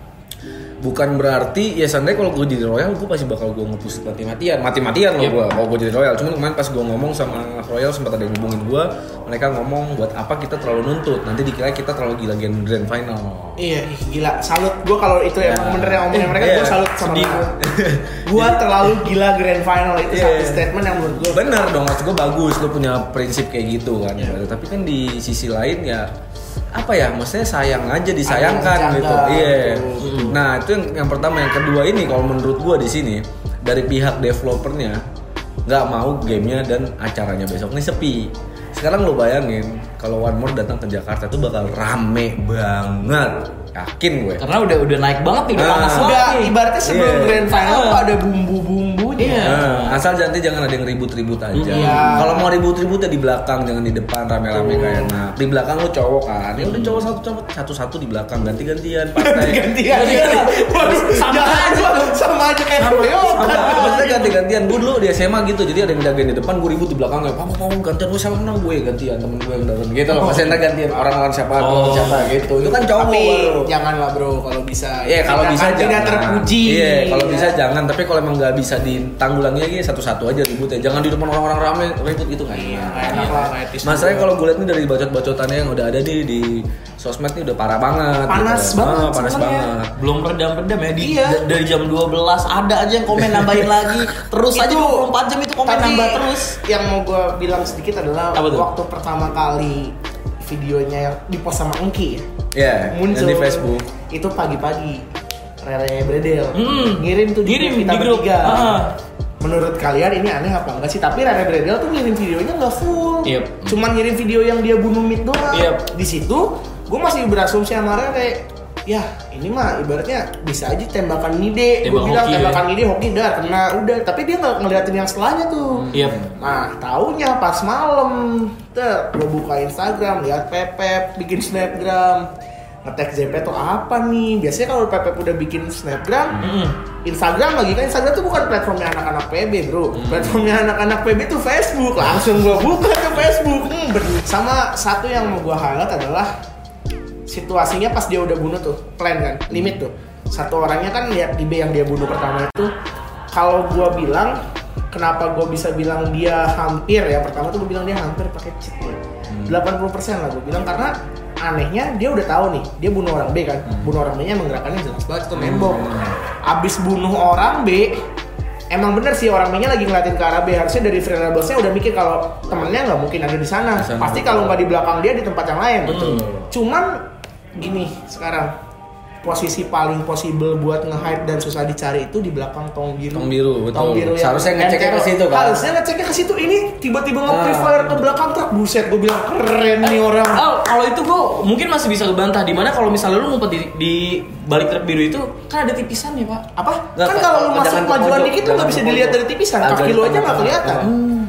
Speaker 1: Bukan berarti ya seandainya kalau gue jadi Royal gue pasti bakal gue nge-push mati-matian mati-matian loh
Speaker 3: Yep.
Speaker 1: gue kalau gue jadi Royal. Cuman kemarin pas gue ngomong sama Royal sempat ada yang hubungin gue, mereka ngomong buat apa kita terlalu nuntut, nanti dikira kita terlalu gila gen grand final.
Speaker 4: Iya, ih, gila. Salut gue kalau itu
Speaker 1: Ya.
Speaker 4: emang bener yang ngomongnya mereka,
Speaker 1: Iya.
Speaker 4: gue salut sama
Speaker 3: Sedih.
Speaker 4: mereka. Gue terlalu gila grand final itu
Speaker 1: Iya.
Speaker 4: satu statement yang menurut gue.
Speaker 1: Bener dong, maksud gue bagus lu punya prinsip kayak gitu kan.
Speaker 4: Iya.
Speaker 1: Tapi kan di sisi lain ya apa ya, maksudnya sayang aja disayangkan
Speaker 4: Ada yang
Speaker 1: gitu.
Speaker 4: janggal,
Speaker 1: Iya.
Speaker 4: betul.
Speaker 1: Nah itu yang, yang pertama, yang kedua ini kalau menurut gue di sini dari pihak developernya nggak mau gamenya dan acaranya besok ini sepi. Sekarang lo bayangin kalau One More datang ke Jakarta tuh bakal rame banget, yakin gue.
Speaker 3: Karena udah udah naik banget nih, udah
Speaker 1: Ah.
Speaker 3: panas
Speaker 4: Udah
Speaker 3: banget nih.
Speaker 4: ibaratnya sebelum
Speaker 1: Iya.
Speaker 4: grand final
Speaker 3: Ah.
Speaker 4: tuh ada bumbu-bumbunya.
Speaker 3: Iya.
Speaker 1: Nah, asal nanti jangan ada yang ribut-ribut aja.
Speaker 4: Iya.
Speaker 1: Kalau mau ribut-ribut ya di belakang, jangan di depan rame-rame kayak enak. Di belakang lu cowok kan, ya udah cowok satu cowok satu-satu di belakang, ganti-gantian partai.
Speaker 4: Gantian.
Speaker 3: Iya. Sama
Speaker 4: Jangan
Speaker 3: aja.
Speaker 4: gua- sama aja kayak Toyota.
Speaker 1: Sama, maksudnya ganti-gantian. Gue dulu di S M A gitu, jadi ada yang jagain di depan, gue ribut di belakang. Papa, papa, gantian gue sama menang gue gantian temen gue yang datang gitu loh. Pasti entar gantian orang lawan siapa,
Speaker 3: Oh.
Speaker 1: siapa gitu. Itu kan cowok.
Speaker 4: Tapi
Speaker 1: baru.
Speaker 4: janganlah bro kalau bisa.
Speaker 1: Iya kalau
Speaker 4: Tidak-
Speaker 1: bisa
Speaker 4: kan tidak
Speaker 1: jangan.
Speaker 4: terpuji.
Speaker 1: Iya kalau
Speaker 4: Ya.
Speaker 1: bisa jangan. Tapi kalau emang nggak bisa ditanggulangi lagi satu-satu aja ribut ya. Jangan di depan orang-orang rame ribut gitu kan.
Speaker 4: Iya, nggak enak lah, nggak etis
Speaker 1: Masalahnya
Speaker 4: juga.
Speaker 1: kalau gue lihat nih dari bacot-bacotannya yang udah ada nih di sosmed nih udah parah banget.
Speaker 4: Panas
Speaker 1: gitu.
Speaker 4: banget
Speaker 1: Ah, panas
Speaker 4: semuanya.
Speaker 1: banget.
Speaker 3: Belum redam-redam ya di,
Speaker 4: Iya.
Speaker 3: da- dari jam dua belas ada aja yang komen nambahin lagi. Terus aja
Speaker 4: Itu-
Speaker 3: dua puluh empat jam itu komen
Speaker 4: Tapi
Speaker 3: nambah terus.
Speaker 4: yang mau gue bilang sedikit adalah
Speaker 3: Apa tuh?
Speaker 4: waktu pertama kali videonya yang di post sama Engki ya,
Speaker 1: Iya.
Speaker 4: muncul
Speaker 1: yang di Facebook.
Speaker 4: itu pagi-pagi Rere Bredel
Speaker 3: Hmm.
Speaker 4: ngirim tuh di
Speaker 3: Ngirim
Speaker 4: grup kita
Speaker 3: di grup.
Speaker 4: bertiga.
Speaker 3: Ah.
Speaker 4: Menurut kalian ini aneh apa enggak sih? Tapi Rere Bredel tuh ngirim videonya nggak full,
Speaker 3: Yep.
Speaker 4: cuman ngirim video yang dia bunuh Mid doang.
Speaker 3: Yep.
Speaker 4: Di situ gue masih berasumsi sama Rere, ya ini mah ibaratnya bisa aja tembakan Nide. Gue
Speaker 3: Tembak
Speaker 4: bilang
Speaker 3: hoki,
Speaker 4: tembakan
Speaker 3: ya.
Speaker 4: Nide hoki dar kena udah, tapi dia nggak ngeliatin yang setelahnya tuh.
Speaker 3: Iya.
Speaker 4: Nah, taunya pas malam, tuh gue buka Instagram, lihat Pepep bikin snapgram, ngetek Z P tuh apa nih? Biasanya kalau Pepep udah bikin snapgram,
Speaker 3: Mm-mm.
Speaker 4: Instagram lagi kan, Instagram tuh bukan platformnya anak-anak P B bro, platformnya anak-anak P B tuh Facebook. Langsung gue buka ke Facebook. Hmm, bener. Sama satu yang mau gue highlight adalah situasinya pas dia udah bunuh tuh, plan kan, limit tuh. Satu orangnya kan lihat di B yang dia bunuh pertama itu, kalau gue bilang kenapa gue bisa bilang dia hampir ya, pertama tuh gue bilang dia hampir pakai cheat ya. delapan puluh persen lah gue bilang, karena anehnya dia udah tahu nih dia bunuh orang B kan, bunuh orang B nya emang gerakannya jelas banget itu nembok. Abis bunuh orang B, emang bener sih orang B nya lagi ngeliatin ke arah B, harusnya dari variablesnya udah mikir kalau temennya nggak mungkin ada di sana,
Speaker 1: Di sana,
Speaker 4: pasti
Speaker 1: betul.
Speaker 4: kalau nggak di belakang dia di tempat yang lain.
Speaker 1: Betul.
Speaker 4: Cuman gini sekarang, posisi paling possible buat nge-hype dan susah dicari itu di belakang tong biru.
Speaker 1: Tong biru, betul.
Speaker 4: Tong biru yang
Speaker 1: Seharusnya ngeceknya ke situ, kan?
Speaker 4: Harusnya ngeceknya ke situ. Ini tiba-tiba
Speaker 1: Ah.
Speaker 4: nge-prefer ke belakang truk. Buset, gue bilang keren nih orang.
Speaker 3: Oh, kalau itu gue mungkin masih bisa kebantah. Dimana kalau misalnya lu ngumpet di, di balik truk biru itu kan ada tipisannya pak.
Speaker 4: Apa?
Speaker 1: Nggak,
Speaker 4: kan
Speaker 1: Pak,
Speaker 4: kalau lu
Speaker 1: jangan
Speaker 4: masuk
Speaker 1: ke
Speaker 4: majuan
Speaker 1: pojok,
Speaker 4: dikit tuh
Speaker 1: jangan
Speaker 4: nggak bisa
Speaker 1: ke
Speaker 4: dilihat
Speaker 1: pojok.
Speaker 4: dari tipisan.
Speaker 1: Agak
Speaker 4: Kaki
Speaker 1: di
Speaker 4: lu aja nggak
Speaker 1: tengah-tengah.
Speaker 4: kelihatan.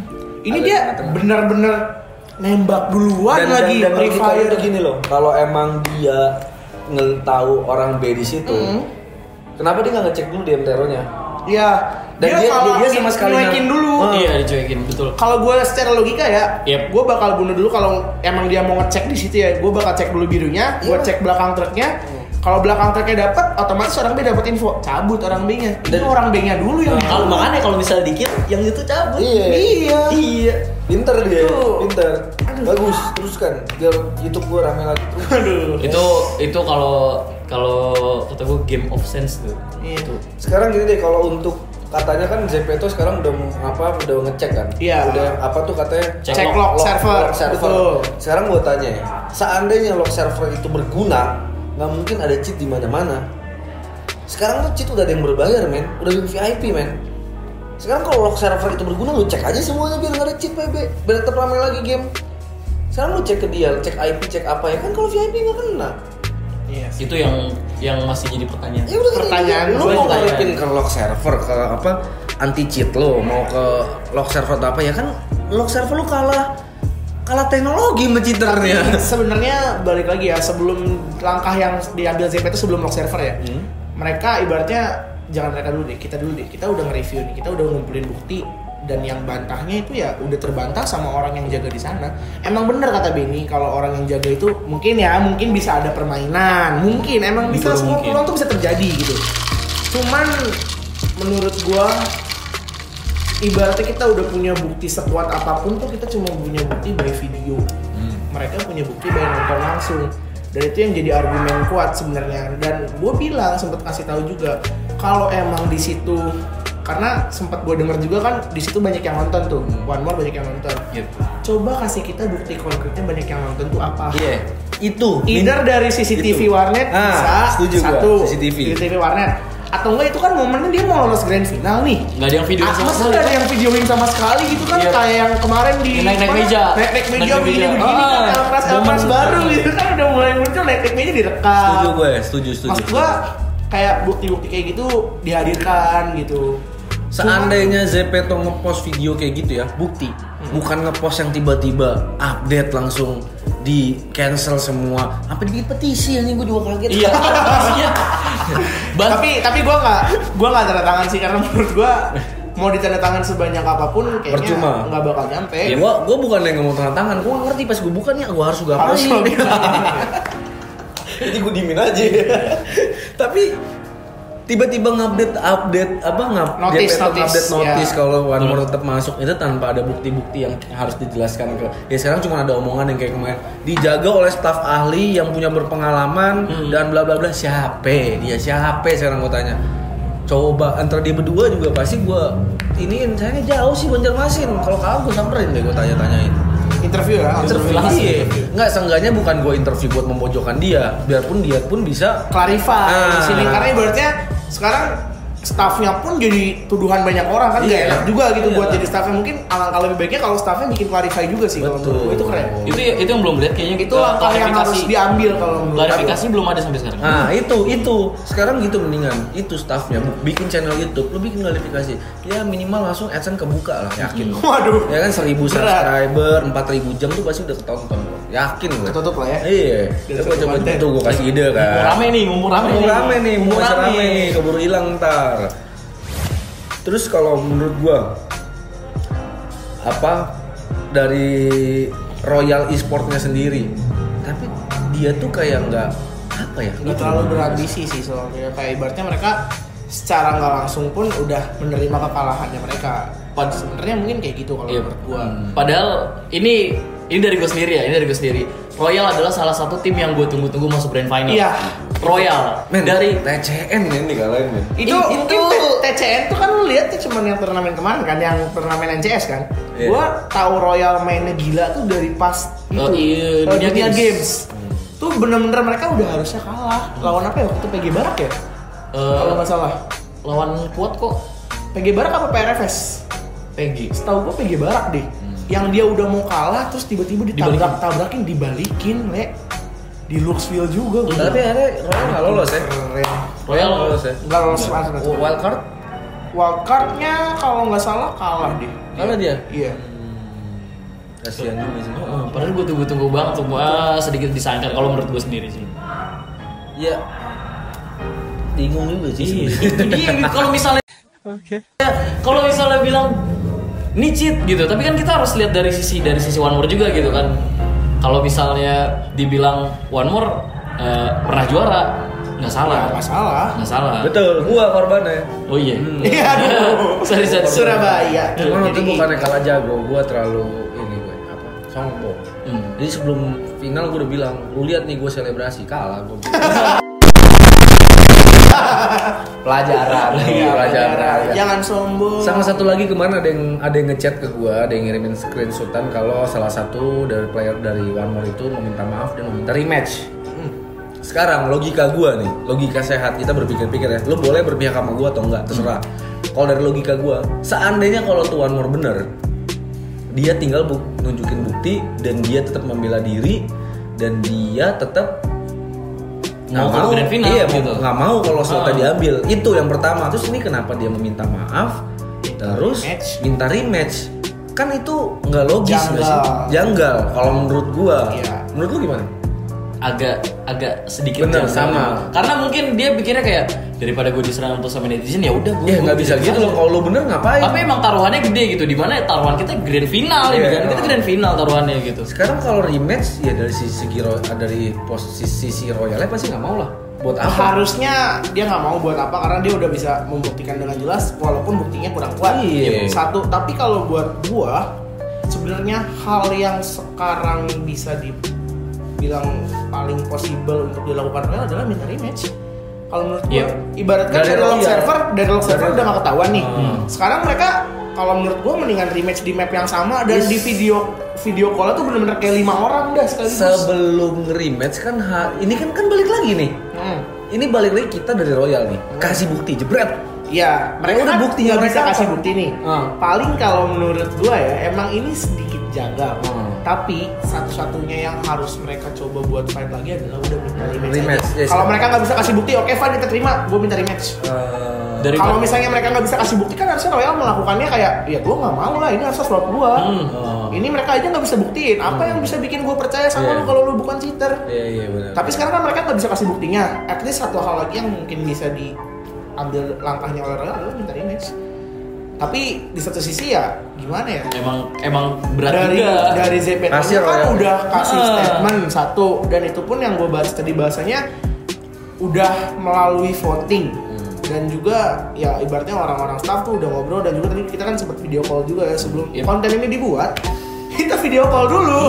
Speaker 4: Ini
Speaker 1: Agak
Speaker 4: dia
Speaker 1: di tengah-tengah.
Speaker 4: benar-benar nembak duluan
Speaker 1: dan,
Speaker 4: lagi.
Speaker 1: dan, dan
Speaker 4: Free
Speaker 1: logikanya
Speaker 4: Fire.
Speaker 1: tuh gini loh, kalau emang dia nge- tahu orang B di situ,
Speaker 4: Mm.
Speaker 1: kenapa dia nggak ngecek dulu D M Tero-nya?
Speaker 4: Iya.
Speaker 1: Dan dia-
Speaker 4: kalau
Speaker 1: dia sama sekali
Speaker 4: nyuekin
Speaker 1: nggak-
Speaker 4: dulu.
Speaker 1: Oh.
Speaker 3: Iya dicuekin betul.
Speaker 4: Kalau gue secara logika ya,
Speaker 3: Yep.
Speaker 4: gue bakal bunuh dulu kalau emang dia mau ngecek di situ ya. Gue bakal cek dulu birunya, gue
Speaker 1: Iya.
Speaker 4: cek belakang truknya. Kalau belakang truknya dapat, otomatis orang B dapat info, cabut orang B-nya. Itu
Speaker 1: Dan-
Speaker 4: orang B-nya dulu yang
Speaker 3: Kalau makanya kalau misalnya dikit yang itu cabut.
Speaker 1: Iya.
Speaker 4: Iya.
Speaker 3: Iya.
Speaker 1: Pinter dia,
Speaker 4: Tuh.
Speaker 1: pinter. Bagus, teruskan. Biar YouTube gua rame lagi terus.
Speaker 4: Aduh.
Speaker 3: Itu itu kalau kalau kata gue game of sense tuh.
Speaker 4: Iya.
Speaker 3: Itu.
Speaker 1: Sekarang gini deh, kalau untuk katanya kan Zepeto sekarang udah apa udah ngecek kan?
Speaker 4: Iya.
Speaker 1: Udah apa tuh katanya?
Speaker 3: Cek
Speaker 4: Cek
Speaker 3: log,
Speaker 4: log, server.
Speaker 1: log server.
Speaker 4: Betul.
Speaker 1: Sekarang gua tanya ya, seandainya log server itu berguna, nggak mungkin ada cheat di mana-mana. Sekarang tuh cheat udah ada yang berbayar, men. Udah yang V I P, men. Sekarang kalau log server itu berguna, lu cek aja semuanya biar nggak ada cheat P B. Biar tetap ramai lagi game. Sekarang lu cek ke dia, cek I P, cek apa ya kan kalau V I P nggak kena.
Speaker 4: Iya sih.
Speaker 3: Itu yang yang masih jadi pertanyaan.
Speaker 1: Ya udah
Speaker 4: Pertanyaan
Speaker 1: lu
Speaker 4: gua
Speaker 1: mau
Speaker 4: juga
Speaker 1: ngalipin ke lock server ke apa anti cheat lo, mau ke lock server atau apa ya kan lock server lu kalah kalah teknologi sama cheaternya.
Speaker 4: Sebenarnya balik lagi ya, sebelum langkah yang diambil Z P itu sebelum lock server ya.
Speaker 1: Hmm.
Speaker 4: Mereka ibaratnya jangan mereka dulu deh, kita dulu deh. Kita udah nge-review nih, kita udah ngumpulin bukti dan yang bantahnya itu ya udah terbantah sama orang yang jaga di sana. Emang bener kata Benny, kalau orang yang jaga itu mungkin ya, mungkin bisa ada permainan, mungkin emang bisa
Speaker 3: Betul,
Speaker 4: semua
Speaker 3: mungkin.
Speaker 4: peluang tuh bisa terjadi gitu. Cuman menurut gua ibaratnya kita udah punya bukti sekuat apapun tuh kita cuma punya bukti by video.
Speaker 3: Hmm.
Speaker 4: Mereka punya bukti by nonton langsung. Dan itu yang jadi argumen kuat sebenarnya. Dan gue bilang sempet kasih tahu juga kalau emang di situ, karena sempat gue denger juga kan di situ banyak yang nonton tuh, One More banyak yang nonton.
Speaker 3: Gitu.
Speaker 4: Coba kasih kita bukti konkretnya banyak yang nonton tuh apa?
Speaker 1: Iya. Itu.
Speaker 4: Either dari C C T V
Speaker 1: Itu.
Speaker 4: warnet
Speaker 1: Ah,
Speaker 4: bisa
Speaker 1: setuju gua,
Speaker 4: satu
Speaker 1: C C T V.
Speaker 4: C C T V warnet, atau enggak itu kan momennya dia mau lolos grand final nih.
Speaker 3: Nggak ada yang video
Speaker 4: Ah,
Speaker 3: sama
Speaker 4: masa
Speaker 3: sekali.
Speaker 4: nggak ada yang videoin sama sekali gitu kan?
Speaker 3: Iya.
Speaker 4: Kayak yang kemarin di
Speaker 3: Naik-naik
Speaker 4: mana?
Speaker 3: meja.
Speaker 4: naik-naik meja
Speaker 3: Naik-naik
Speaker 4: begini
Speaker 3: meja.
Speaker 4: begini kan,
Speaker 3: Ah,
Speaker 4: elpras elpras
Speaker 3: momen.
Speaker 4: baru gitu kan udah mulai muncul, naik-naik meja direkam.
Speaker 1: Setuju gue, setuju, setuju.
Speaker 4: Maksud gua kayak bukti-bukti kayak gitu dihadirkan gitu.
Speaker 1: Seandainya Zepeto ngepost video kayak gitu ya, bukti. Bukan ngepost yang tiba-tiba update langsung di cancel semua. Apa dibikin petisi anjing, gue juga kaget.
Speaker 3: Iya. Iya. Bas-
Speaker 4: tapi tapi gue nggak gue nggak tanda tangan sih, karena menurut gue mau ditanda tangan sebanyak apapun kayaknya
Speaker 1: Percuma.
Speaker 4: nggak bakal nyampe.
Speaker 1: Ya, gua gua bukan yang ngomong tanda tangan, gua ngerti pas gua bukan ya, gua harus juga
Speaker 4: Harus
Speaker 1: apain.
Speaker 4: juga.
Speaker 1: Jadi gua diemin aja. Tapi tiba-tiba ngupdate update apa ngap
Speaker 4: Notice,
Speaker 1: Zepeto
Speaker 4: notice,
Speaker 1: ngupdate notice
Speaker 4: ya.
Speaker 1: kalau One More tetap masuk itu tanpa ada bukti-bukti yang harus dijelaskan ke. Ya sekarang cuma ada omongan yang kayak kemarin dijaga oleh staf ahli yang punya berpengalaman
Speaker 3: Hmm.
Speaker 1: dan bla bla bla. Siapa dia, siapa sekarang gua tanya. Coba antara dia berdua juga pasti gua iniin, saya jauh sih Banjarmasin. Kalau kalah gua samperin deh, gua tanya-tanyain.
Speaker 4: Interview ya,
Speaker 1: Interview
Speaker 3: langsung.
Speaker 1: iya. Nggak, seenggaknya bukan gue interview buat memojokkan dia, biarpun dia pun bisa
Speaker 4: clarify
Speaker 1: Ah.
Speaker 4: di sini, karena ibaratnya sekarang staffnya pun jadi tuduhan banyak orang kan, nggak
Speaker 1: Iya.
Speaker 4: enak juga gitu
Speaker 1: Iya.
Speaker 4: buat jadi staffnya. Mungkin alangkah lebih baiknya kalau staffnya bikin clarify juga sih, kalau
Speaker 1: Betul.
Speaker 4: menurut gue itu keren.
Speaker 3: itu itu yang belum lihat kayaknya.
Speaker 4: Itu
Speaker 3: uh,
Speaker 4: langkah yang harus
Speaker 3: klarifikasi.
Speaker 4: diambil kalau menurut
Speaker 3: Klarifikasi belum ada sampai sekarang.
Speaker 1: Nah itu itu sekarang gitu mendingan itu staffnya bikin channel YouTube, lu bikin klarifikasi ya minimal langsung AdSense kebuka lah, yakin
Speaker 4: aku.
Speaker 1: gua.
Speaker 4: Waduh,
Speaker 1: Ya kan seribu
Speaker 4: Berat.
Speaker 1: subscriber, empat ribu jam tuh pasti udah ketonton gua. Yakin gue.
Speaker 4: Ketutup lah ya.
Speaker 1: Iya.
Speaker 4: Dan
Speaker 1: Ya, gua
Speaker 4: satu
Speaker 1: coba
Speaker 4: konten.
Speaker 1: tuh gua kasih ide kan.
Speaker 3: Mumpung rame nih, mumpung rame
Speaker 1: Mumpung
Speaker 3: nih.
Speaker 1: rame nih, mumpung
Speaker 3: Mumpung
Speaker 1: masih
Speaker 3: rame.
Speaker 1: rame nih, keburu hilang ntar. Terus kalau menurut gua apa dari Royal Esportnya sendiri, tapi dia tuh kayak nggak apa ya?
Speaker 4: Nggak terlalu berambisi sih soalnya, kayak ibaratnya mereka secara nggak langsung pun udah menerima kekalahannya mereka. Pad sebenarnya mungkin kayak gitu kalau
Speaker 3: Iya.
Speaker 4: menurut gua.
Speaker 3: Padahal ini ini dari gue sendiri ya, ini dari gue sendiri. Royal adalah salah satu tim yang gue tunggu-tunggu masuk grand final.
Speaker 4: Iya.
Speaker 3: Royal
Speaker 1: Men,
Speaker 3: dari
Speaker 1: T C N ya ini kalian men.
Speaker 4: Itu
Speaker 3: Itu-
Speaker 4: mungkin T C N tuh kan lu lihat tuh cuman yang turnamen kemarin kan, yang turnamen N C S kan.
Speaker 1: Iya.
Speaker 4: Gua tahu Royal mainnya gila tuh dari pas itu
Speaker 3: Oh, iya,
Speaker 4: uh,
Speaker 3: Dunia
Speaker 4: Dunia
Speaker 3: Games.
Speaker 4: Games. Tuh bener-bener mereka udah harusnya kalah. Lawan apa ya waktu itu? P G Barak ya?
Speaker 3: eh,
Speaker 4: Kalau nggak salah.
Speaker 3: lawan kuat kok.
Speaker 4: P G Barak apa P R F S?
Speaker 3: P G.
Speaker 4: Setahu gua P G Barak deh. Yang dia udah mau kalah terus tiba-tiba ditabrak-tabrakin, dibalikin, le. Di Luxville juga gua.
Speaker 1: Tapi akhirnya Royal nggak lolos ya.
Speaker 4: Keren.
Speaker 3: Royal
Speaker 1: lolos ya.
Speaker 4: Nggak lolos masuk.
Speaker 1: Wild card
Speaker 4: Wildcardnya kalau nggak salah kalah deh.
Speaker 1: kalah dia.
Speaker 4: Iya.
Speaker 1: Kasihan juga sih.
Speaker 3: Heeh, padahal gue tunggu-tunggu banget tuh, ah, sedikit disayangkan kalau menurut gue sendiri sih.
Speaker 1: Ya bingung juga sih.
Speaker 3: Iya,
Speaker 1: sebenarnya.
Speaker 3: itu dia gitu. Kalau misalnya
Speaker 4: Oke.
Speaker 3: Ya, kalau misalnya bilang ini cheat gitu, tapi kan kita harus lihat dari sisi dari sisi One More juga gitu kan. Kalau misalnya dibilang One More eh, pernah juara, nggak salah,
Speaker 4: Nggak salah.
Speaker 3: nggak salah.
Speaker 1: Betul, gua korbannya.
Speaker 3: Oh iya.
Speaker 4: Iya, aduh.
Speaker 3: Sorry, sorry, sorry.
Speaker 4: Surabaya.
Speaker 1: Cuma waktu
Speaker 4: Jadi-
Speaker 1: itu bukannya kalah jago, gua terlalu ini gue apa? Sombong.
Speaker 3: Hmm.
Speaker 1: Jadi sebelum final gua udah bilang, lu lihat nih gua selebrasi, kalah gua. Pelajaran,
Speaker 4: Iya,
Speaker 1: pelajaran.
Speaker 4: Jangan sombong.
Speaker 1: Sama satu lagi kemarin ada yang ada yang ngechat ke gua, ada yang ngirimin screenshotan kalau salah satu dari player dari One More itu meminta maaf dan meminta rematch.
Speaker 4: Hmm.
Speaker 1: Sekarang logika gua nih, logika sehat kita berpikir-pikir ya, lu boleh berpihak sama gua atau enggak, terserah. Kalau dari logika gua, seandainya kalau tuh One More bener, dia tinggal bu- nunjukin bukti dan dia tetap membela diri dan dia tetap nggak
Speaker 3: Mau ke
Speaker 1: mau,
Speaker 3: grand final,
Speaker 1: iya
Speaker 3: gitu.
Speaker 1: nggak mau kalau slotnya
Speaker 3: Ah.
Speaker 1: diambil. Itu yang pertama. Terus ini kenapa dia meminta maaf? Terus
Speaker 4: Rematch.
Speaker 1: minta rematch? Kan itu nggak logis nggak sih?
Speaker 4: Janggal.
Speaker 1: Janggal. Kalau menurut gua,
Speaker 4: Iya.
Speaker 1: menurut lu gimana?
Speaker 3: agak agak sedikit
Speaker 1: Bener,
Speaker 3: janggal.
Speaker 1: sama.
Speaker 3: Karena mungkin dia pikirnya kayak daripada gue diserang terus sama netizen ya udah gue
Speaker 1: Ya nggak bisa gitu loh. Kalau lu bener ngapain?
Speaker 3: tapi emang taruhannya gede gitu, dimana taruhan kita grand final ini
Speaker 1: Iya.
Speaker 3: kan, kita grand final taruhannya gitu.
Speaker 1: Sekarang kalau rematch ya dari sisi segi ro- dari posisi sisi royalnya pasti nggak mau lah. Buat apa?
Speaker 4: Harusnya dia nggak mau buat apa karena dia udah bisa membuktikan dengan jelas walaupun buktinya kurang kuat.
Speaker 1: Iya.
Speaker 4: Satu, tapi kalau buat gua sebenarnya hal yang sekarang bisa dibilang paling possible untuk dilakukan royal adalah minta rematch. Kalau menurut gua,
Speaker 3: Yep.
Speaker 4: ibaratkan
Speaker 1: Dari
Speaker 4: dari lock
Speaker 1: royal.
Speaker 4: server, dari lock server
Speaker 1: Dari-
Speaker 4: udah nggak ketahuan nih.
Speaker 1: Hmm.
Speaker 4: Sekarang mereka kalau menurut gua mendingan rematch di map yang sama dan
Speaker 1: Yes.
Speaker 4: di video video call tuh bener-bener kayak lima orang udah sekaligus.
Speaker 1: Sebelum rematch kan ha- ini kan kan balik lagi nih.
Speaker 4: Hmm.
Speaker 1: Ini balik lagi kita dari royal nih. Kasih bukti jebret.
Speaker 4: Iya, mereka
Speaker 1: udah
Speaker 4: kan
Speaker 1: bukti
Speaker 4: nggak
Speaker 1: mereka
Speaker 4: bisa
Speaker 1: apa?
Speaker 4: kasih bukti nih.
Speaker 1: Hmm.
Speaker 4: Paling kalau menurut gua ya, emang ini sedikit janggal.
Speaker 1: Hmm.
Speaker 4: Tapi satu-satunya yang harus mereka coba buat fight lagi adalah udah minta rematch.
Speaker 1: Rematch,
Speaker 4: aja.
Speaker 1: yes.
Speaker 4: Kalau mereka nggak bisa kasih bukti, oke fine kita terima, gua minta rematch.
Speaker 1: Eh,
Speaker 3: Dari
Speaker 4: Kalau misalnya mereka nggak bisa kasih bukti kan harusnya Royal melakukannya kayak, ya gua nggak mau lah, ini harus slot gua.
Speaker 3: Hmm.
Speaker 1: oh.
Speaker 4: Ini mereka aja nggak bisa buktiin. Apa yang bisa bikin gua percaya sama
Speaker 1: Iya.
Speaker 4: lu kalau lu bukan cheater?
Speaker 1: Iya iya benar.
Speaker 4: Tapi sekarang kan mereka nggak bisa kasih buktinya. At least satu hal lagi yang mungkin bisa diambil langkahnya oleh Royal adalah minta rematch. Tapi di satu sisi ya gimana ya?
Speaker 3: emang emang berat
Speaker 4: Dari
Speaker 3: juga.
Speaker 4: dari Z P T
Speaker 1: Kasih
Speaker 4: kan
Speaker 1: Royal.
Speaker 4: udah kasih
Speaker 3: Ah.
Speaker 4: statement satu dan itu pun yang gue bahas tadi bahasanya udah melalui voting dan juga ya ibaratnya orang-orang staff tuh udah ngobrol dan juga tadi kita kan sempat video call juga ya sebelum
Speaker 3: Yep.
Speaker 4: konten ini dibuat kita video call dulu.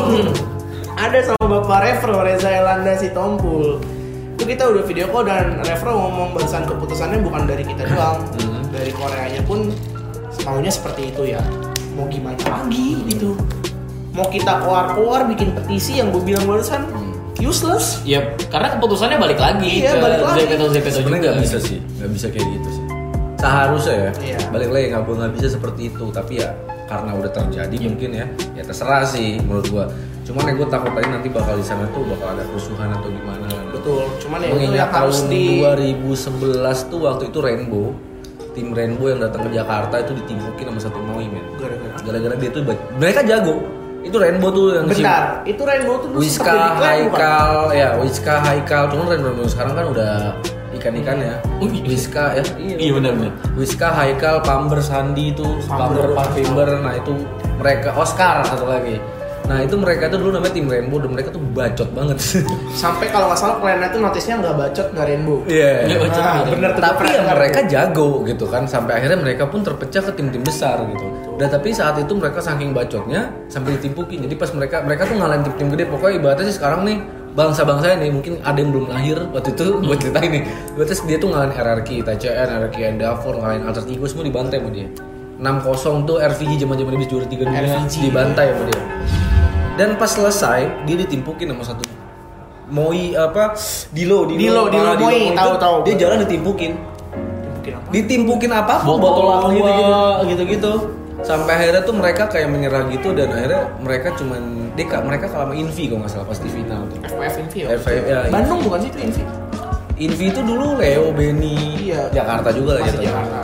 Speaker 4: Ada sama Bapak Refro Reza Elanda si Tompul. Itu kita udah video call dan Refro ngomong barusan keputusannya bukan dari kita doang. Dari Koreanya pun maunya seperti itu ya. Mau gimana lagi gitu. Mau kita keluar-keluar bikin petisi yang gue bilang barusan useless.
Speaker 3: Yep, karena keputusannya balik lagi
Speaker 4: Iya,
Speaker 3: ke
Speaker 4: balik lagi.
Speaker 3: Zepeto Zepeto juga.
Speaker 1: Sebenarnya nggak bisa sih, nggak bisa kayak gitu sih. Seharusnya ya,
Speaker 4: Iya.
Speaker 1: balik lagi nggak nggak bisa seperti itu. Tapi ya karena udah terjadi mungkin ya, ya terserah sih menurut gua. Cuman ya gua takut tadi nanti bakal di sana tuh bakal ada kerusuhan atau gimana.
Speaker 4: Betul. Cuman ya itu
Speaker 1: Mengingat
Speaker 4: yang harus
Speaker 1: tahun
Speaker 4: di
Speaker 1: dua ribu sebelas tuh waktu itu Rainbow, tim Rainbow yang datang ke Jakarta itu ditimpukin sama satu Moi men.
Speaker 4: gara-gara.
Speaker 1: Gara-gara dia tuh ba- mereka jago. Itu Rainbow tuh yang si-
Speaker 4: Bentar, itu Rainbow tuh dulu
Speaker 1: Wiska,
Speaker 4: sempat jadi klan, bukan?
Speaker 1: Haikal, ya Wiska, Haikal, cuman Rainbow sekarang kan udah ikan-ikan ya.
Speaker 3: Oh, iya.
Speaker 1: Wiska ya,
Speaker 3: Iya benar-benar.
Speaker 1: Wiska, Haikal, Pamber, Sandi itu, Pamber,
Speaker 4: Pamber.
Speaker 1: Pamber, nah itu mereka Oscar satu lagi. Nah itu mereka tuh dulu namanya tim Rainbow dan mereka tuh bacot banget.
Speaker 4: Sampai kalau nggak salah klannya tuh notisnya nggak bacot nggak Rainbow.
Speaker 1: Iya.
Speaker 3: Nggak bacot.
Speaker 4: Nah, bener tuh.
Speaker 1: Tapi
Speaker 4: gua
Speaker 1: ya
Speaker 4: pernah
Speaker 1: mereka
Speaker 4: dengar.
Speaker 1: jago gitu kan sampai akhirnya mereka pun terpecah ke tim-tim besar gitu. Dan tapi saat itu mereka saking bacotnya sampai ditimpukin. Jadi pas mereka mereka tuh ngalahin tim-tim gede. Pokoknya ibaratnya sih sekarang nih bangsa-bangsa ini mungkin ada yang belum lahir waktu itu buat cerita ini. Ibaratnya dia tuh ngalahin R R Q, T C N, R R Q Endeavor, ngalahin Alter Ego semua dibantai sama dia. enam kosong tuh R V G zaman-zaman dia bisa juara tiga dunia
Speaker 4: R V G.
Speaker 1: dibantai sama dia. Dan pas selesai dia ditimpukin sama satu Moi apa Dilo
Speaker 4: Dilo, Dilo
Speaker 1: Ah,
Speaker 4: Moi,
Speaker 1: itu,
Speaker 4: tahu, tahu.
Speaker 1: dia jalan ditimpukin
Speaker 4: Dimungkin apa?
Speaker 1: ditimpukin apa
Speaker 3: Botol
Speaker 1: botol
Speaker 3: aqua.
Speaker 1: gitu gitu-gitu sampai akhirnya tuh mereka kayak menyerah gitu dan akhirnya mereka cuman deka mereka kalah sama Invi kalau nggak salah pas di final tuh
Speaker 4: F P F Invi ya?
Speaker 1: F P F, ya,
Speaker 4: Bandung bukan sih itu Invi?
Speaker 1: Invi itu dulu Leo Benny
Speaker 4: Iya.
Speaker 1: Jakarta juga lah
Speaker 4: Masih
Speaker 1: jatuhnya.
Speaker 4: Jakarta.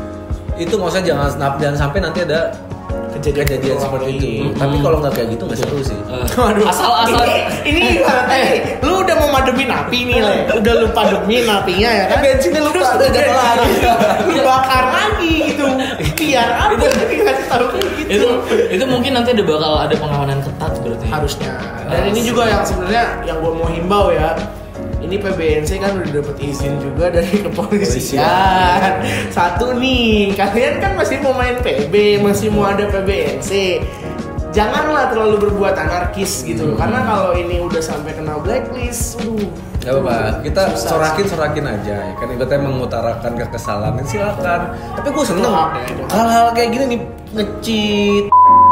Speaker 1: Itu maksudnya jangan snap jangan sampai nanti ada
Speaker 4: Kejadian,
Speaker 1: kejadian seperti itu
Speaker 3: Hmm.
Speaker 1: tapi kalau nggak kayak gitu nggak seru sih
Speaker 3: Eh,
Speaker 4: Waduh.
Speaker 3: asal-asal
Speaker 4: Ini, ini ibaratnya nih, lu udah mau mademin api nih, Le. Udah lu pademin apinya ya kan?
Speaker 1: bensinnya lupa,
Speaker 4: Terus
Speaker 1: udah jatuh lagi.
Speaker 4: Lu bakar lagi gitu. Biar apa? Dikasih tahu kayak gitu.
Speaker 3: itu itu mungkin nanti ada bakal ada pengawanan ketat berarti.
Speaker 4: Harusnya. Dan ini juga yang sebenarnya yang gua mau himbau ya. Ini P B N C kan udah dapet izin juga dari kepolisian. Satu nih, kalian kan masih mau main P B, masih mau ada P B N C. Janganlah terlalu berbuat anarkis gitu loh. Karena kalau ini udah sampai kena blacklist, aduh.
Speaker 1: Gak apa-apa, kita
Speaker 4: Susah.
Speaker 1: sorakin-sorakin aja ya. Kan ibaratnya mengutarakan kekesalan, silakan. Tapi gue seneng
Speaker 4: Itu hak ya, itu hak.
Speaker 1: hal-hal kayak gini nih, ngecit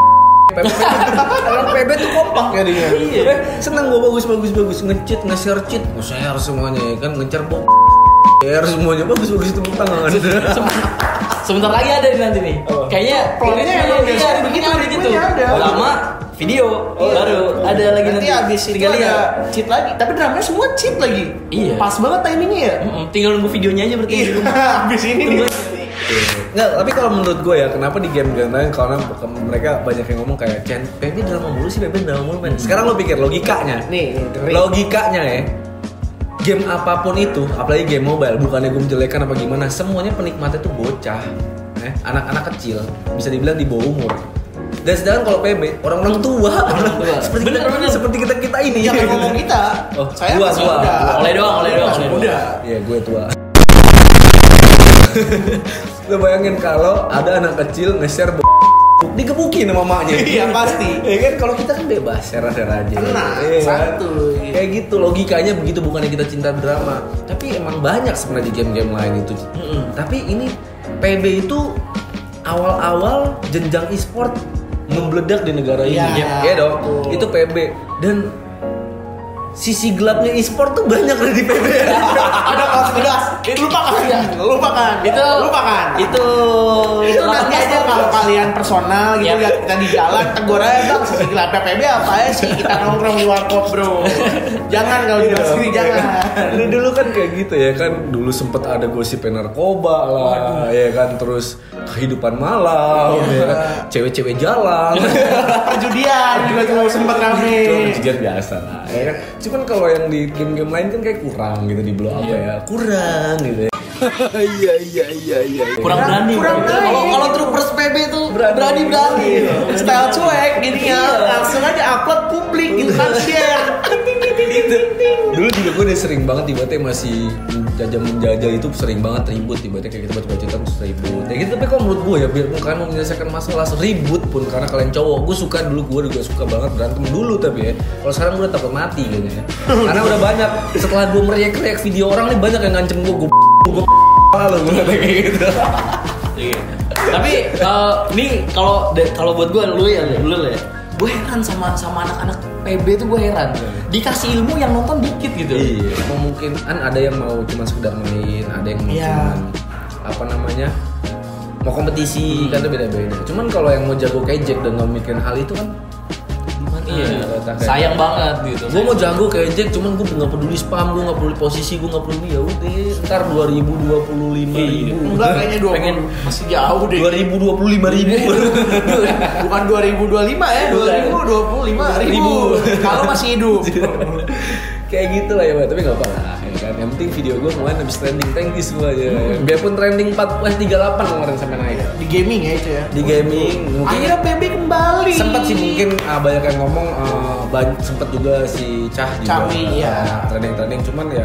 Speaker 1: P B Orang P B tuh kompak ya dia.
Speaker 3: Iya.
Speaker 1: Eh, seneng gue bagus bagus bagus ngecit, nge-share cheat, nge-share semuanya ya kan, nge-share bok. Share semuanya bagus bagus tepuk tangan.
Speaker 3: sebentar lagi ada nih nanti nih.
Speaker 1: Oh.
Speaker 3: Kayaknya
Speaker 4: Plotnya emang biasanya
Speaker 3: iya,
Speaker 4: begitu,
Speaker 3: ada gitu.
Speaker 4: ritmenya ada.
Speaker 3: Lama video
Speaker 1: Oh,
Speaker 3: baru ada lagi
Speaker 4: nanti.
Speaker 3: nanti.
Speaker 4: Abis itu
Speaker 3: tinggal
Speaker 4: ada
Speaker 3: lihat.
Speaker 4: cheat lagi. Tapi dramanya semua cheat lagi.
Speaker 3: Iya.
Speaker 4: Pas banget timingnya ya.
Speaker 3: Mm-mm, tinggal nunggu videonya aja berarti.
Speaker 4: Iya. Abis ini nih.
Speaker 1: Nggak, tapi kalau menurut gue ya, kenapa di game-game lain karena mereka banyak yang ngomong kayak Chen, P B drama mulu sih, P B drama mulu men. Sekarang lo pikir logikanya,
Speaker 4: Nih, dengerin.
Speaker 1: logikanya ya, game apapun itu, apalagi game mobile, bukannya gue menjelekan apa gimana, semuanya penikmatnya tuh bocah, eh, anak-anak kecil, bisa dibilang di bawah umur. Dan sedangkan kalau P B, orang-orang tua,
Speaker 3: Orang tua.
Speaker 1: seperti
Speaker 3: Bener,
Speaker 1: kita,
Speaker 3: bener.
Speaker 1: seperti kita kita ini.
Speaker 4: Jangan ngomong kita.
Speaker 1: Oh,
Speaker 4: Saya
Speaker 1: gua,
Speaker 4: masih
Speaker 1: gua.
Speaker 4: muda.
Speaker 3: Oleh doang, oleh doang,
Speaker 4: Masih
Speaker 3: oleh
Speaker 4: muda.
Speaker 1: Iya, gue tua. Lo bayangin kalau ada anak kecil nge-share b- digebukin sama mamanya.
Speaker 4: Iya, pasti.
Speaker 1: Ya kan kalau kita kan bebas share-share aja.
Speaker 4: Tenang,
Speaker 1: Iya kan?
Speaker 4: santuy.
Speaker 1: Kayak gitu logikanya begitu, bukannya kita cinta drama. Tapi emang banyak sebenarnya di game-game lain itu. Tapi ini P B itu awal-awal jenjang e-sport membeledak di negara ini.
Speaker 4: Iya,
Speaker 1: Iya dong.
Speaker 4: betul.
Speaker 1: Itu P B dan sisi gelapnya e-sport tuh banyak dari di P B.
Speaker 4: Ada kelas kelas. Lupakan. Lupakan.
Speaker 3: Itu
Speaker 4: lupakan.
Speaker 3: Itu
Speaker 4: Itu nanti aja kalau kalian personal gitu
Speaker 3: Iya.
Speaker 4: lihat kita di jalan tegur aja bang sisi gelap P B apa ya sih kita nongkrong di warkop bro. Jangan kalau di sini jangan.
Speaker 1: Dulu dulu kan kayak gitu ya kan, dulu sempet ada gosip narkoba lah, ya kan, terus kehidupan malam, ya kan, cewek-cewek jalan,
Speaker 4: Perjudian juga tuh sempat rame.
Speaker 1: cuma kejadian biasa lah, ya kan. Cuman kalau yang di game-game lain kan kayak kurang gitu, di blow apa ya, kurang gitu ya. Iya iya iya iya.
Speaker 3: kurang berani.
Speaker 4: Kurang berani.
Speaker 3: Kalau kalau troopers P B tuh
Speaker 1: Berani.
Speaker 3: berani berani.
Speaker 4: Style cuek gininya langsung aja upload publik gitu kan share.
Speaker 1: Dulu juga gue udah sering banget tiba-tiba masih jajah menjajah itu sering banget ribut tiba-tiba kayak kita baca-baca terus ribut ya gitu. Tapi kalau menurut gue ya biar bukan mau menyelesaikan masalah ribut pun karena kalian cowok, gue suka dulu, gue juga suka banget berantem dulu. Tapi ya kalau sekarang gue udah takut mati kayaknya karena udah banyak setelah gue meriak-riak video orang nih banyak yang ngancem gue, gue gue lo gue kayak gitu.
Speaker 3: Iya. Tapi eh, ini kalau de- kalau buat gue lu ya lu ya. Gue heran sama sama anak-anak P B tuh, gue heran. Dikasih ilmu yang nonton dikit gitu.
Speaker 1: Iya, mau mungkin kan ada yang mau cuma sekedar main, ada yang mau
Speaker 4: Iya.
Speaker 1: cuman apa namanya mau kompetisi, kan itu beda-beda. Cuman kalau yang mau jago kayak Jack dan nggak mikirin hal itu kan gimana?
Speaker 3: Iya.
Speaker 1: ya,
Speaker 3: Sayang banget gitu.
Speaker 1: Gue mau jago kayak Jack, cuman gue nggak peduli spam, gue nggak peduli posisi, gue nggak peduli ya udah. Ntar dua ribu dua puluh lima ribu,
Speaker 4: Enggak kayaknya dua
Speaker 3: Pengen
Speaker 4: masih jauh deh.
Speaker 1: dua ribu dua puluh lima ribu.
Speaker 4: Bukan dua ribu dua puluh lima ya, dua ribu dua puluh lima ribu. Kalau masih hidup.
Speaker 1: Kayak gitu lah ya, Mbak. Tapi nggak apa lah ya kan. Yang penting video gue kemarin habis trending, thank you semua aja. Biarpun trending empat plus tiga puluh delapan kemarin sampai naik.
Speaker 4: Di gaming ya itu ya.
Speaker 1: Di gaming mungkin
Speaker 4: Akhirnya P B kembali.
Speaker 1: sempat sih mungkin uh, banyak yang ngomong uh, banyak sempat juga si Cah juga
Speaker 4: Cawi, ya.
Speaker 1: uh, trending-trending, cuman ya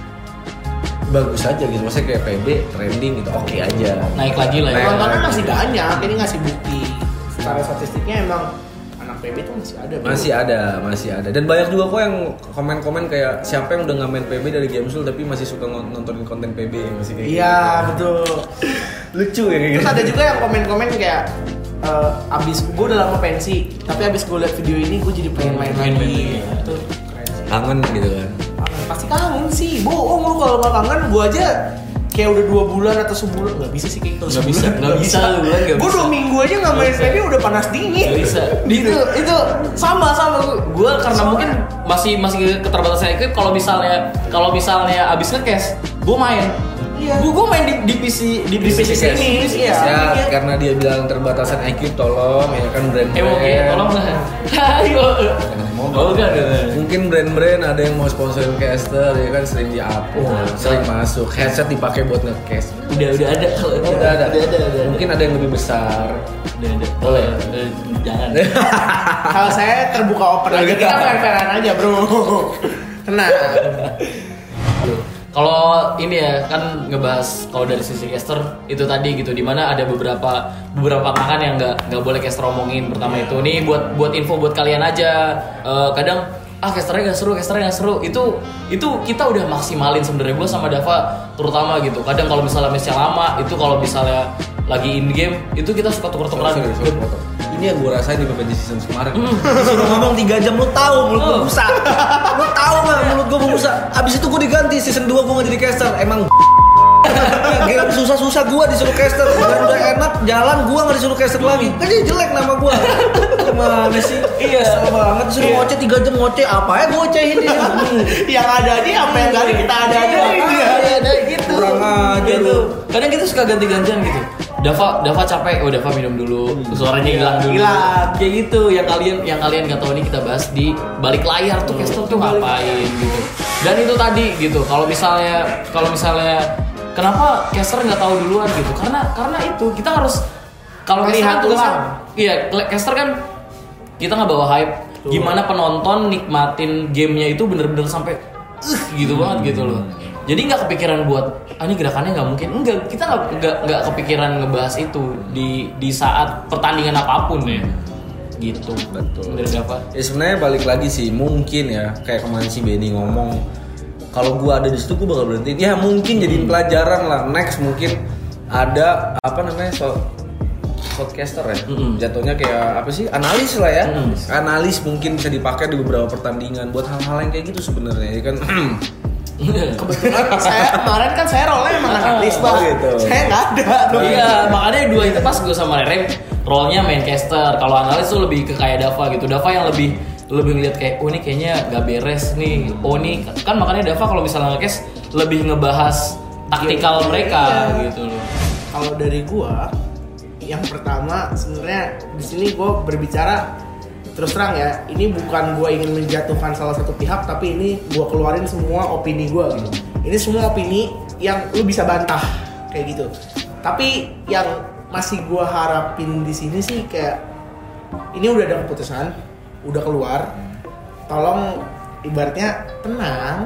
Speaker 1: bagus aja gitu, maksudnya kayak P B trending gitu oke aja.
Speaker 3: Naik lagi lah ya.
Speaker 1: Naik
Speaker 4: Nontonnya
Speaker 1: lagi.
Speaker 4: masih banyak, ini ngasih bukti. Secara statistiknya emang anak P B tuh masih ada. bro.
Speaker 1: Masih ada, masih ada. Dan banyak juga kok yang komen-komen kayak siapa yang udah nggak main P B dari Gamesul tapi masih suka ngon- nontonin konten P B yang masih kayak
Speaker 4: Iya
Speaker 1: gitu.
Speaker 4: betul.
Speaker 1: Lucu ya kayak
Speaker 4: Terus
Speaker 1: gitu.
Speaker 4: ada juga yang komen-komen kayak eh, abis gue udah lama pensi, tapi abis gue liat video ini gue jadi pengen main
Speaker 3: Main-main
Speaker 4: lagi.
Speaker 3: lagi.
Speaker 4: Itu keren sih.
Speaker 1: Kangen gitu kan.
Speaker 4: Kangen. Pasti kangen sih. Bohong lu kalau nggak kangen, gue aja kayak udah dua bulan atau sebulan nggak bisa sih kayak gitu.
Speaker 3: Nggak bisa, nggak bisa lu, kan, nggak
Speaker 4: Gue
Speaker 3: bisa.
Speaker 4: dua minggu aja nggak main
Speaker 3: Nggak bisa.
Speaker 4: P B udah panas dingin.
Speaker 3: Gak bisa. Itu itu sama sama gue karena mungkin masih masih keterbatasan equip. Kalau misalnya kalau misalnya abis nge-cash, gue main.
Speaker 4: Iya.
Speaker 3: Gue gue main di, di P C di,
Speaker 4: Di P C
Speaker 3: sini.
Speaker 4: sini,
Speaker 3: Di P C
Speaker 4: iya.
Speaker 3: sini,
Speaker 1: Ya,
Speaker 3: ya.
Speaker 1: karena dia bilang terbatasan I Q, tolong ya kan brand
Speaker 3: Eh oke, tolong lah. Ayo. Oh enggak enggak.
Speaker 1: Mungkin brand-brand ada yang mau sponsorin caster ya kan, sering di upload, sering masuk, headset dipakai buat nge-cast.
Speaker 3: Udah udah ada kalau
Speaker 1: Oh, udah ada.
Speaker 3: Udah ada, udah ada.
Speaker 1: Mungkin ada yang lebih besar.
Speaker 3: Udah ada. Boleh. Eh, Jangan.
Speaker 4: Kalau saya terbuka open aja, kita fair-fairan aja bro. Tenang.
Speaker 3: Kalau ini ya kan ngebahas kalau dari sisi caster itu tadi gitu, dimana ada beberapa beberapa tangan yang nggak nggak boleh caster omongin. Pertama itu nih buat buat info buat kalian aja. Eh, kadang ah casternya nggak seru, casternya nggak seru. Itu itu kita udah maksimalin sebenarnya, gue sama Dava terutama gitu. Kadang kalau misalnya matchnya lama itu kalau misalnya lagi in game itu kita suka tuker-tukeran.
Speaker 1: Sorry, sorry, potong. Ini yang gue rasain di P B G season kemarin. Disuruh ngomong tiga jam, lu tahu mulut gue busa. Lu tahu nggak mulut gue busa? Abis itu gue diganti season dua gue nggak jadi caster. Emang Game susah-susah gua disuruh caster, dan udah enak jalan gua nggak disuruh caster lagi. Kan jadi jelek nama gua. Gimana sih? Iya, salah banget disuruh
Speaker 4: Iya.
Speaker 1: ngoceh tiga jam ngoceh apa ya gua ngocehin dia.
Speaker 4: Yang ada aja apa yang kali kita ada aja.
Speaker 3: Iya, ada gitu.
Speaker 1: Kurang aja
Speaker 3: gitu.
Speaker 1: lu.
Speaker 3: Kadang kita suka ganti-gantian gitu. Dava, Dava capek, oh Dava minum dulu, suaranya hilang dulu.
Speaker 4: Hilang.
Speaker 3: Kayak gitu, yang kalian yang kalian nggak tahu ini kita bahas di balik layar tuh caster tuh ngapain gitu. Dan itu tadi gitu, kalau misalnya kalau misalnya kenapa caster nggak tahu duluan gitu? Karena karena itu kita harus kalau
Speaker 4: Melihat
Speaker 3: caster tugasnya,
Speaker 4: ulang.
Speaker 3: iya caster kan kita nggak bawa hype.
Speaker 4: Tuh.
Speaker 3: Gimana penonton nikmatin gamenya itu bener-bener sampai uh, gitu banget gitu loh. Jadi nggak kepikiran buat ah ini gerakannya nggak mungkin, enggak, kita nggak nggak nggak kepikiran ngebahas itu di di saat pertandingan apapun ya, gitu.
Speaker 1: Betul.
Speaker 3: Dari Dava.
Speaker 1: Ya sebenarnya balik lagi sih, mungkin ya kayak kemarin si Benny ngomong, kalau gua ada di situ gua bakal berhenti. Ya mungkin jadiin pelajaran lah. Next mungkin ada apa namanya so podcaster ya,
Speaker 3: Mm-mm.
Speaker 1: jatuhnya kayak apa sih, analis lah ya.
Speaker 3: Mm.
Speaker 1: Analis mungkin bisa dipakai di beberapa pertandingan buat hal-hal yang kayak gitu sebenarnya ya kan.
Speaker 4: Kebetulan saya kemarin kan saya role emang analis
Speaker 1: Oh,
Speaker 4: Bang.
Speaker 1: gitu.
Speaker 4: Saya nggak ada.
Speaker 3: Iya, makanya dua itu pas gue sama Rere role-nya main caster. Kalau analis tuh lebih ke kayak Dava gitu. Dava yang lebih lebih ngeliat kayak oh ini kayaknya gak beres nih. Oh ini kan makanya Dava kalau misalnya nge-cast lebih ngebahas taktikal
Speaker 4: Iya.
Speaker 3: mereka
Speaker 4: Iya.
Speaker 3: gitu loh.
Speaker 4: Kalau dari gua, yang pertama sebenarnya di sini gua berbicara terus terang ya, ini bukan gua ingin menjatuhkan salah satu pihak, tapi ini gua keluarin semua opini gua gitu. Ini semua opini yang lu bisa bantah kayak gitu. Tapi yang masih gua harapin di sini sih kayak ini udah ada keputusan, udah keluar. Tolong ibaratnya tenang.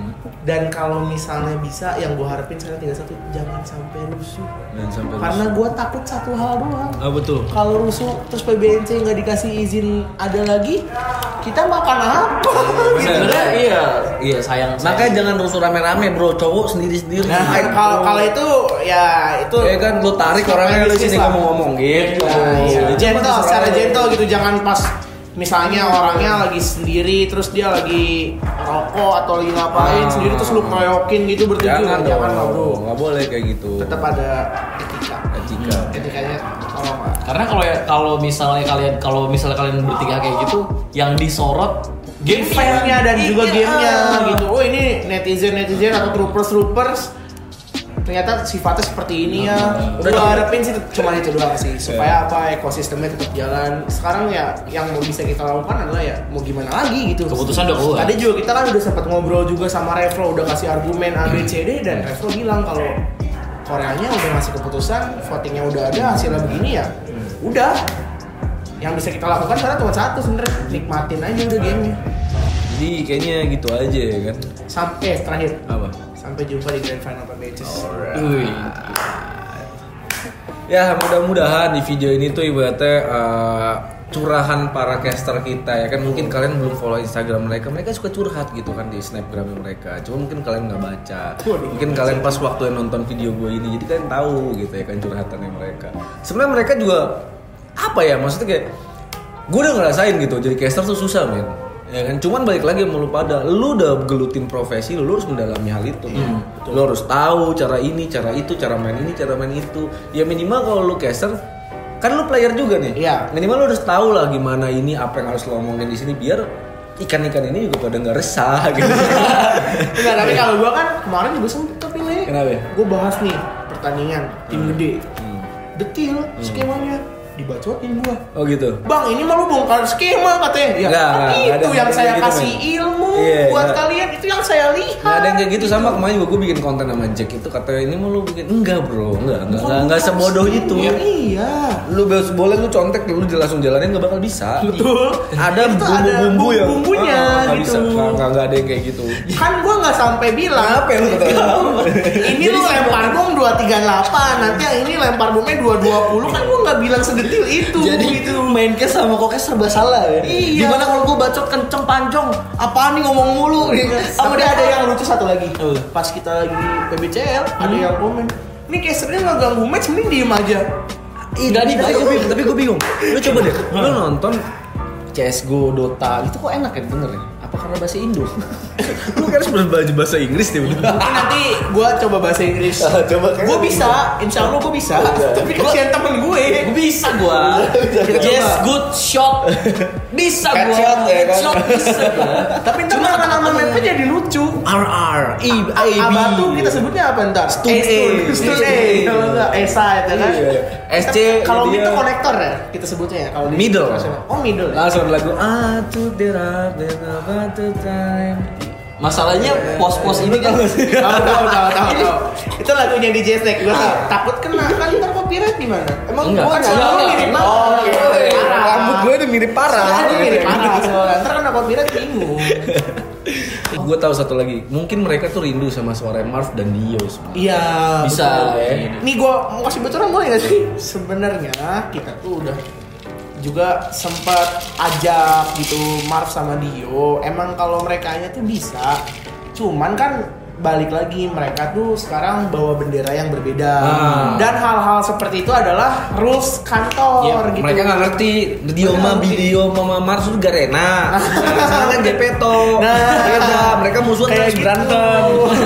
Speaker 4: Dan kalau misalnya bisa, yang gue harapin sekarang tinggal satu, jangan sampai rusuh.
Speaker 1: Dan sampai
Speaker 4: Karena gue takut satu hal doang.
Speaker 1: Ah betul.
Speaker 4: Kalau rusuh terus P B N C nggak dikasih izin ada lagi, kita makan apa? Gitu.
Speaker 3: Sebenarnya iya, iya sayang. sayang.
Speaker 1: Makanya jangan rusuh rame-rame bro, cowok sendiri-sendiri.
Speaker 4: Nah, kalau kalau itu ya itu.
Speaker 1: Ya kan lu tarik orangnya lu sini
Speaker 4: lah.
Speaker 1: ngomong-ngomong gitu.
Speaker 4: Nah, iya.
Speaker 1: Cuma
Speaker 4: Gentle,
Speaker 1: terserah
Speaker 4: secara
Speaker 1: lu.
Speaker 4: gentle gitu, jangan pas misalnya orangnya lagi sendiri terus dia lagi rokok atau lagi ngapain
Speaker 1: Ah.
Speaker 4: sendiri terus lu keroyokin gitu bertujuh.
Speaker 1: Jangan
Speaker 4: Jangan lah, bro.
Speaker 1: dong, nggak boleh kayak gitu.
Speaker 4: Tetap ada etika.
Speaker 1: Etika.
Speaker 4: Etikanya tolong lah.
Speaker 3: Karena kalau ya kalau misalnya kalian kalau misalnya kalian bertiga kayak gitu, yang disorot game
Speaker 4: Game-nya dan juga
Speaker 3: Iya.
Speaker 4: gamenya gitu. Oh ini netizen netizen atau troopers troopers ternyata sifatnya seperti ini ya. Udah gue harapin sih cuma itu doang sih supaya apa ekosistemnya tetap jalan. Sekarang ya yang mau bisa kita lakukan adalah ya mau gimana lagi gitu.
Speaker 3: Keputusan udah keluar.
Speaker 4: Tadi juga kita kan udah sempat ngobrol juga sama Reflo, udah kasih argumen A B C D dan Reflo bilang kalau Koreanya udah ngasih keputusan, votingnya udah ada, hasilnya begini ya. Udah. Yang bisa kita lakukan sekarang cuma satu sebenarnya, nikmatin aja udah gamenya.
Speaker 1: Jadi kayaknya gitu aja ya kan.
Speaker 4: Sampai terakhir.
Speaker 1: Apa?
Speaker 4: Sampai jumpa di Grand Final P B C.
Speaker 3: Wih.
Speaker 1: Ya mudah-mudahan di video ini tuh ibaratnya uh, curahan para caster kita ya kan. Mungkin kalian belum follow Instagram mereka, mereka suka curhat gitu kan di snapgram mereka. Cuma mungkin kalian nggak baca. Mungkin kalian pas waktu yang nonton video gue ini, jadi kalian tahu gitu ya kan curhatannya mereka. Sebenarnya mereka juga apa ya, maksudnya kayak gue udah ngerasain gitu jadi caster tuh susah men. Ya kan, cuman balik lagi sama lu pada, lu udah gelutin profesi lu, lu harus mendalami hal itu.
Speaker 3: Hmm,
Speaker 1: Lu harus tahu cara ini, cara itu, cara main ini, cara main itu. Ya minimal kalau lu caster, kan lu player juga nih.
Speaker 4: Iya.
Speaker 1: Minimal lu harus tahu lah gimana ini, apa yang harus lo omongin di sini biar ikan-ikan ini juga pada nggak resah gitu.
Speaker 4: Enggak, tapi kalau gua kan kemarin juga sempet tapi nih.
Speaker 1: Kenapa ya?
Speaker 4: Gua bahas nih pertandingan tim gede.
Speaker 1: Hmm.
Speaker 4: Detil skemanya dibacotin gua.
Speaker 1: Oh gitu.
Speaker 4: Bang, ini mah lu bongkar skema katanya. Ya,
Speaker 1: Nggak,
Speaker 4: kan
Speaker 1: nggak,
Speaker 4: itu
Speaker 1: nggak ada
Speaker 4: yang
Speaker 1: yang
Speaker 4: saya
Speaker 1: gitu,
Speaker 4: kasih
Speaker 1: men.
Speaker 4: ilmu
Speaker 1: Iya,
Speaker 4: buat
Speaker 1: nggak.
Speaker 4: kalian, itu yang saya lihat.
Speaker 1: Nggak ada yang kayak gitu, sama kemarin juga gue bikin konten sama Jack itu katanya ini mau lu bikin enggak bro, enggak enggak enggak, enggak sebodoh itu.
Speaker 4: Iya. iya.
Speaker 1: Lu bebas boleh lu contek lu langsung jalanin nggak bakal bisa.
Speaker 4: Betul.
Speaker 1: Ada
Speaker 4: Itu ada
Speaker 1: bumbu-bumbu yang
Speaker 4: bumbu-bumbunya
Speaker 1: ah, nggak
Speaker 4: gitu.
Speaker 1: bisa, nggak nggak nggak ada yang kayak gitu.
Speaker 4: Kan gua nggak sampai bilang.
Speaker 1: Apa yang lu kata?
Speaker 4: Ini lu lempar bom dua tiga delapan, nanti yang ini lempar bomnya dua dua puluh, kan gua nggak bilang sedetil itu.
Speaker 3: Jadi
Speaker 4: gitu.
Speaker 3: main case sama kokes serba salah ya.
Speaker 4: Iya.
Speaker 3: Gimana kalau gue bacot kenceng panjang? Apaan nih ngomong mulu?
Speaker 4: Sama dia ada yang lucu satu lagi.
Speaker 3: Oh.
Speaker 4: Pas kita lagi di P B C L, ada yang komen, ini kayak sebenarnya nggak ganggu match, mending diem aja.
Speaker 1: Ih, tapi gue bingung, tapi gue bingung. Lu coba deh, lu nonton C S G O, Dota, itu kok enak ya denger ya? Apa Apa karena bahasa Indo? Lu kan harus berbahasa bahasa Inggris deh udah.
Speaker 4: Mungkin nanti gue coba bahasa Inggris.
Speaker 1: Coba
Speaker 4: Gue bisa, insya Allah gue bisa. Tapi kasihan temen gue.
Speaker 3: Bisa gua. Yes, good shot. Bisa gua.
Speaker 1: Headshot, ya kan?
Speaker 3: Headshot bisa gua.
Speaker 4: Tapi ntar nama-nama mapnya jadi lucu.
Speaker 1: R R I A B.
Speaker 4: Abatu kita sebutnya apa ntar?
Speaker 1: Stun A.
Speaker 4: Stun A. Kalau enggak Esa itu kan.
Speaker 1: S C.
Speaker 4: Kalau
Speaker 1: dia-
Speaker 4: itu konektor ya kita sebutnya ya. Kalau di-
Speaker 1: Middle.
Speaker 4: Oh middle. ya?
Speaker 1: Langsung lagu I took the rap the to time.
Speaker 3: Masalahnya pos-pos ini kan
Speaker 4: Tahu tahu tahu tahu tahu. Itu lagunya di J-Stack. Gue tahu. Takut kena kan ntar copyright gimana? Emang
Speaker 1: Enggak.
Speaker 4: gua
Speaker 3: Enggak,
Speaker 4: kan
Speaker 3: enggak.
Speaker 4: mirip banget.
Speaker 1: Oh,
Speaker 4: Mirip parah.
Speaker 1: rambut gue udah mirip parah.
Speaker 4: Ini mirip parah soalnya. Ntar kena copyright bingung.
Speaker 1: Gue tahu satu lagi, mungkin mereka tuh rindu sama suara Marv dan Dio sebenarnya.
Speaker 4: Iya.
Speaker 3: bisa.
Speaker 4: betul. Nih gue mau kasih bocoran boleh gak sih? Sebenarnya kita tuh udah juga sempat ajak gitu Marv sama Dio. Emang kalau mereka tuh bisa. Cuman kan balik lagi mereka tuh sekarang bawa bendera yang berbeda.
Speaker 1: Ah.
Speaker 4: Dan hal-hal seperti itu adalah rules kantor
Speaker 3: Iya,
Speaker 4: gitu.
Speaker 1: Mereka nggak ngerti Dio mah Dio mama Mars itu Garena. Sana kan Gepetto.
Speaker 4: Nah.
Speaker 1: Beda. Mereka musuhan
Speaker 4: Kayak
Speaker 1: terus
Speaker 4: gitu.
Speaker 1: berantem.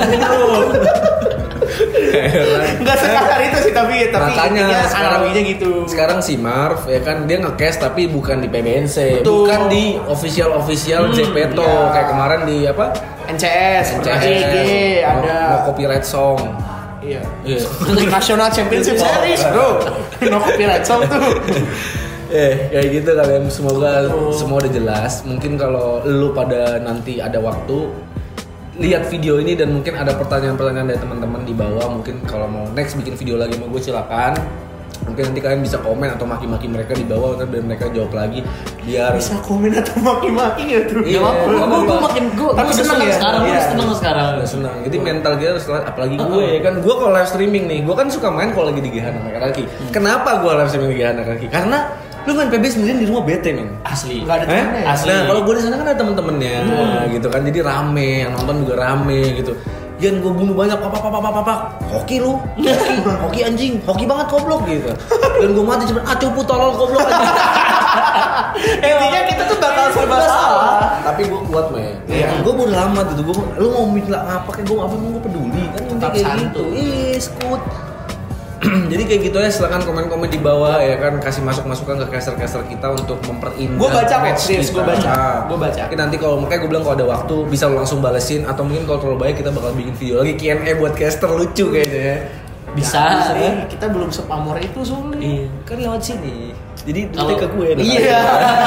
Speaker 4: Nggak sekasar itu sih tapi tapi
Speaker 1: Makanya
Speaker 4: intinya
Speaker 1: sekarang
Speaker 4: analoginya gitu.
Speaker 1: Sekarang si Marv ya kan dia nge-cast tapi bukan di P B N C,
Speaker 4: Betul.
Speaker 1: bukan di official official Gepetto
Speaker 4: iya.
Speaker 1: kayak kemarin di apa?
Speaker 4: N C S,
Speaker 1: N C
Speaker 4: N
Speaker 1: S
Speaker 4: C G
Speaker 1: mau,
Speaker 4: ada.
Speaker 1: mau copyright song.
Speaker 4: Iya.
Speaker 1: Iya.
Speaker 4: National Championship Series, bro. No copyright song tuh.
Speaker 1: Eh, kayak gitu kalian semoga semua udah jelas. Mungkin kalau lu pada nanti ada waktu lihat video ini dan mungkin ada pertanyaan-pertanyaan dari teman-teman di bawah, mungkin kalau mau next bikin video lagi sama gue silakan. Mungkin nanti kalian bisa komen atau maki-maki mereka di bawah ntar biar mereka jawab lagi biar
Speaker 4: Bisa komen atau maki-maki ya tuh.
Speaker 1: Iya,
Speaker 3: Gak apa-apa,
Speaker 1: nggak
Speaker 3: gue
Speaker 1: apa-apa.
Speaker 3: makin gue
Speaker 4: Tapi seneng ya?
Speaker 3: sekarang, gue
Speaker 4: Iya.
Speaker 3: seneng sekarang.
Speaker 1: Udah senang. Jadi mental kita harus kuat. Apalagi gue ya kan, gue kalau live streaming nih, gue kan suka main kalau lagi di Gehana sama Kaki. Kenapa gue live streaming di Gehana Kaki? Karena lu main P B sendirian di rumah bete men.
Speaker 3: Asli.
Speaker 4: Nggak ada
Speaker 1: Eh?
Speaker 4: temennya ya?
Speaker 3: Asli.
Speaker 1: Nah kalau gue di sana kan ada temen-temennya gitu kan, jadi rame, yang nonton juga rame gitu. Yan gue bunuh banyak, papa papa papa papa, hoki lu, hoki, hoki anjing, hoki banget goblok gitu. Dan gue mati cuma ah cupu tolol goblok anjing.
Speaker 4: Intinya kita tuh bakal serba salah.
Speaker 1: Tapi gue kuat men.
Speaker 4: Iya.
Speaker 1: Gue udah lama gitu, gue lu mau bilang apa kayak gue apa gue peduli kan intinya
Speaker 4: Tetap
Speaker 1: kayak
Speaker 4: santuy.
Speaker 1: gitu. Ih, skut. Jadi kayak gitu ya, silakan komen-komen di bawah ya kan, kasih masuk-masukan ke caster-caster kita untuk memperindah
Speaker 4: Gua baca kok,
Speaker 1: match
Speaker 4: serius,
Speaker 1: kita.
Speaker 4: gua baca.
Speaker 1: Nah,
Speaker 4: Gua baca.
Speaker 1: Mungkin nanti kalau makanya gue bilang kalau ada waktu bisa lu langsung balesin, atau mungkin kalau terlalu baik kita bakal bikin video lagi Q and A buat caster lucu kayaknya ya.
Speaker 3: Bisa.
Speaker 4: Bisa nih, kita belum sepamor itu sulit.
Speaker 1: Iya, kan lewat sini. Jadi
Speaker 3: Kalau-
Speaker 1: duitnya ke gue. nah.
Speaker 4: Iya.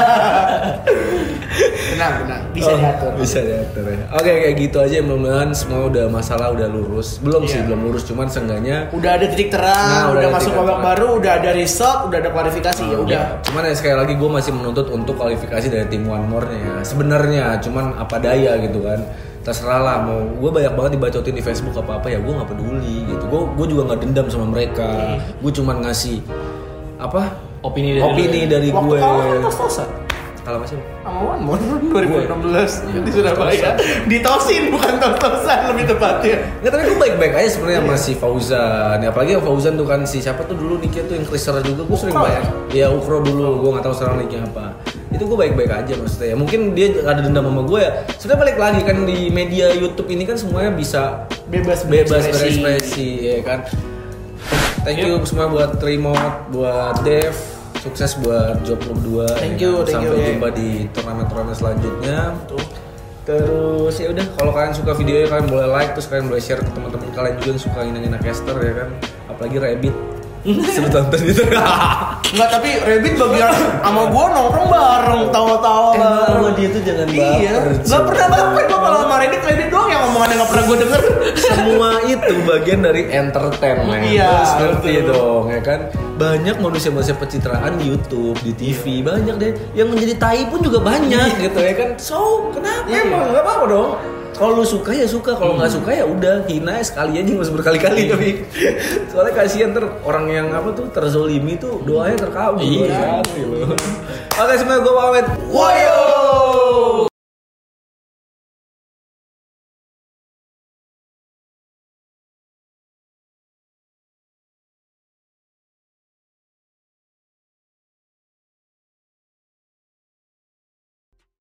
Speaker 4: Tenang, tenang. Bisa
Speaker 1: Oh,
Speaker 4: diatur.
Speaker 1: Bisa diatur ya. Oke, kayak gitu aja, mudah-mudahan semua udah masalah udah lurus. Belum sih,
Speaker 4: Iya.
Speaker 1: belum lurus, cuman seenggaknya
Speaker 4: Udah ada titik terang,
Speaker 1: Nah, udah
Speaker 4: udah,
Speaker 1: ada
Speaker 4: masuk
Speaker 1: titik
Speaker 4: babak
Speaker 1: terang.
Speaker 4: baru, udah ada result, udah ada klarifikasi ya udah.
Speaker 1: Cuman ya sekali lagi gue masih menuntut untuk kualifikasi dari tim One More-nya ya. Sebenarnya cuman apa daya gitu kan. Terserah lah, mau gue banyak banget dibacotin di Facebook apa apa ya gue nggak peduli gitu. Gue gue juga nggak dendam sama mereka. Gue cuman ngasih apa
Speaker 3: Opini dari
Speaker 1: opini
Speaker 3: lu.
Speaker 1: dari
Speaker 4: Waktu
Speaker 1: gue.
Speaker 4: kalah kan tos-tosan
Speaker 1: Kalau masih
Speaker 4: sama One More dua ribu enam belas
Speaker 1: Iya,
Speaker 4: di Surabaya. Ditosin bukan tos-tosan lebih tepatnya.
Speaker 1: nggak, tapi gue baik-baik aja sebenarnya sama si Fauzan. Ya, apalagi yang Fauzan tuh kan si siapa tuh dulu nicknya tuh yang Kriser juga gue sering
Speaker 4: Ukro.
Speaker 1: bayar. Ya Ukro dulu, gue nggak tahu sekarang nicknya apa. Itu gue baik-baik aja maksudnya ya. Mungkin dia ada dendam sama gue ya. Sebenarnya balik lagi kan di media YouTube ini kan semuanya bisa
Speaker 4: Bebas
Speaker 1: bebas
Speaker 4: berekspresi.
Speaker 1: berekspresi ya kan. Thank you semua buat Remote, buat Dev, sukses buat job lu berdua.
Speaker 4: Thank
Speaker 1: ya
Speaker 4: you,
Speaker 1: kan?
Speaker 4: thank
Speaker 1: Sampai
Speaker 4: you,
Speaker 1: jumpa di turnamen-turnamen selanjutnya. Terus ya udah, kalau kalian suka videonya kalian boleh like, terus kalian boleh share ke teman-teman kalian juga yang suka ngina-ngina caster ya kan. Apalagi Rabbit. Seru tonton gitu.
Speaker 4: Enggak, tapi Rabbit bagian sama gua nongkrong bareng, tawa-tawa
Speaker 1: Emang
Speaker 4: bareng.
Speaker 1: sama dia tuh jangan
Speaker 4: Iya,
Speaker 1: baper,
Speaker 4: nggak
Speaker 1: cuy.
Speaker 4: pernah baper gua kalau sama Rabbit, Rabbit doang yang ngomongannya nggak pernah gua denger.
Speaker 1: Semua itu bagian dari entertainment.
Speaker 4: Iya,
Speaker 1: Terus ngerti
Speaker 4: betul.
Speaker 1: dong ya kan. Banyak manusia-manusia pencitraan di YouTube, di T V, banyak deh. Yang menjadi tai pun juga banyak gitu ya kan. So, kenapa
Speaker 4: Iya.
Speaker 1: emang? Gak apa-apa dong. Kalau lu suka ya suka, kalau nggak suka ya udah, hina sekali aja nggak usah berkali-kali tapi soalnya kasihan ter orang yang apa tuh terzolimi tuh doanya terkabul.
Speaker 3: Iya.
Speaker 1: Oke, semuanya gue pamit. Woyo.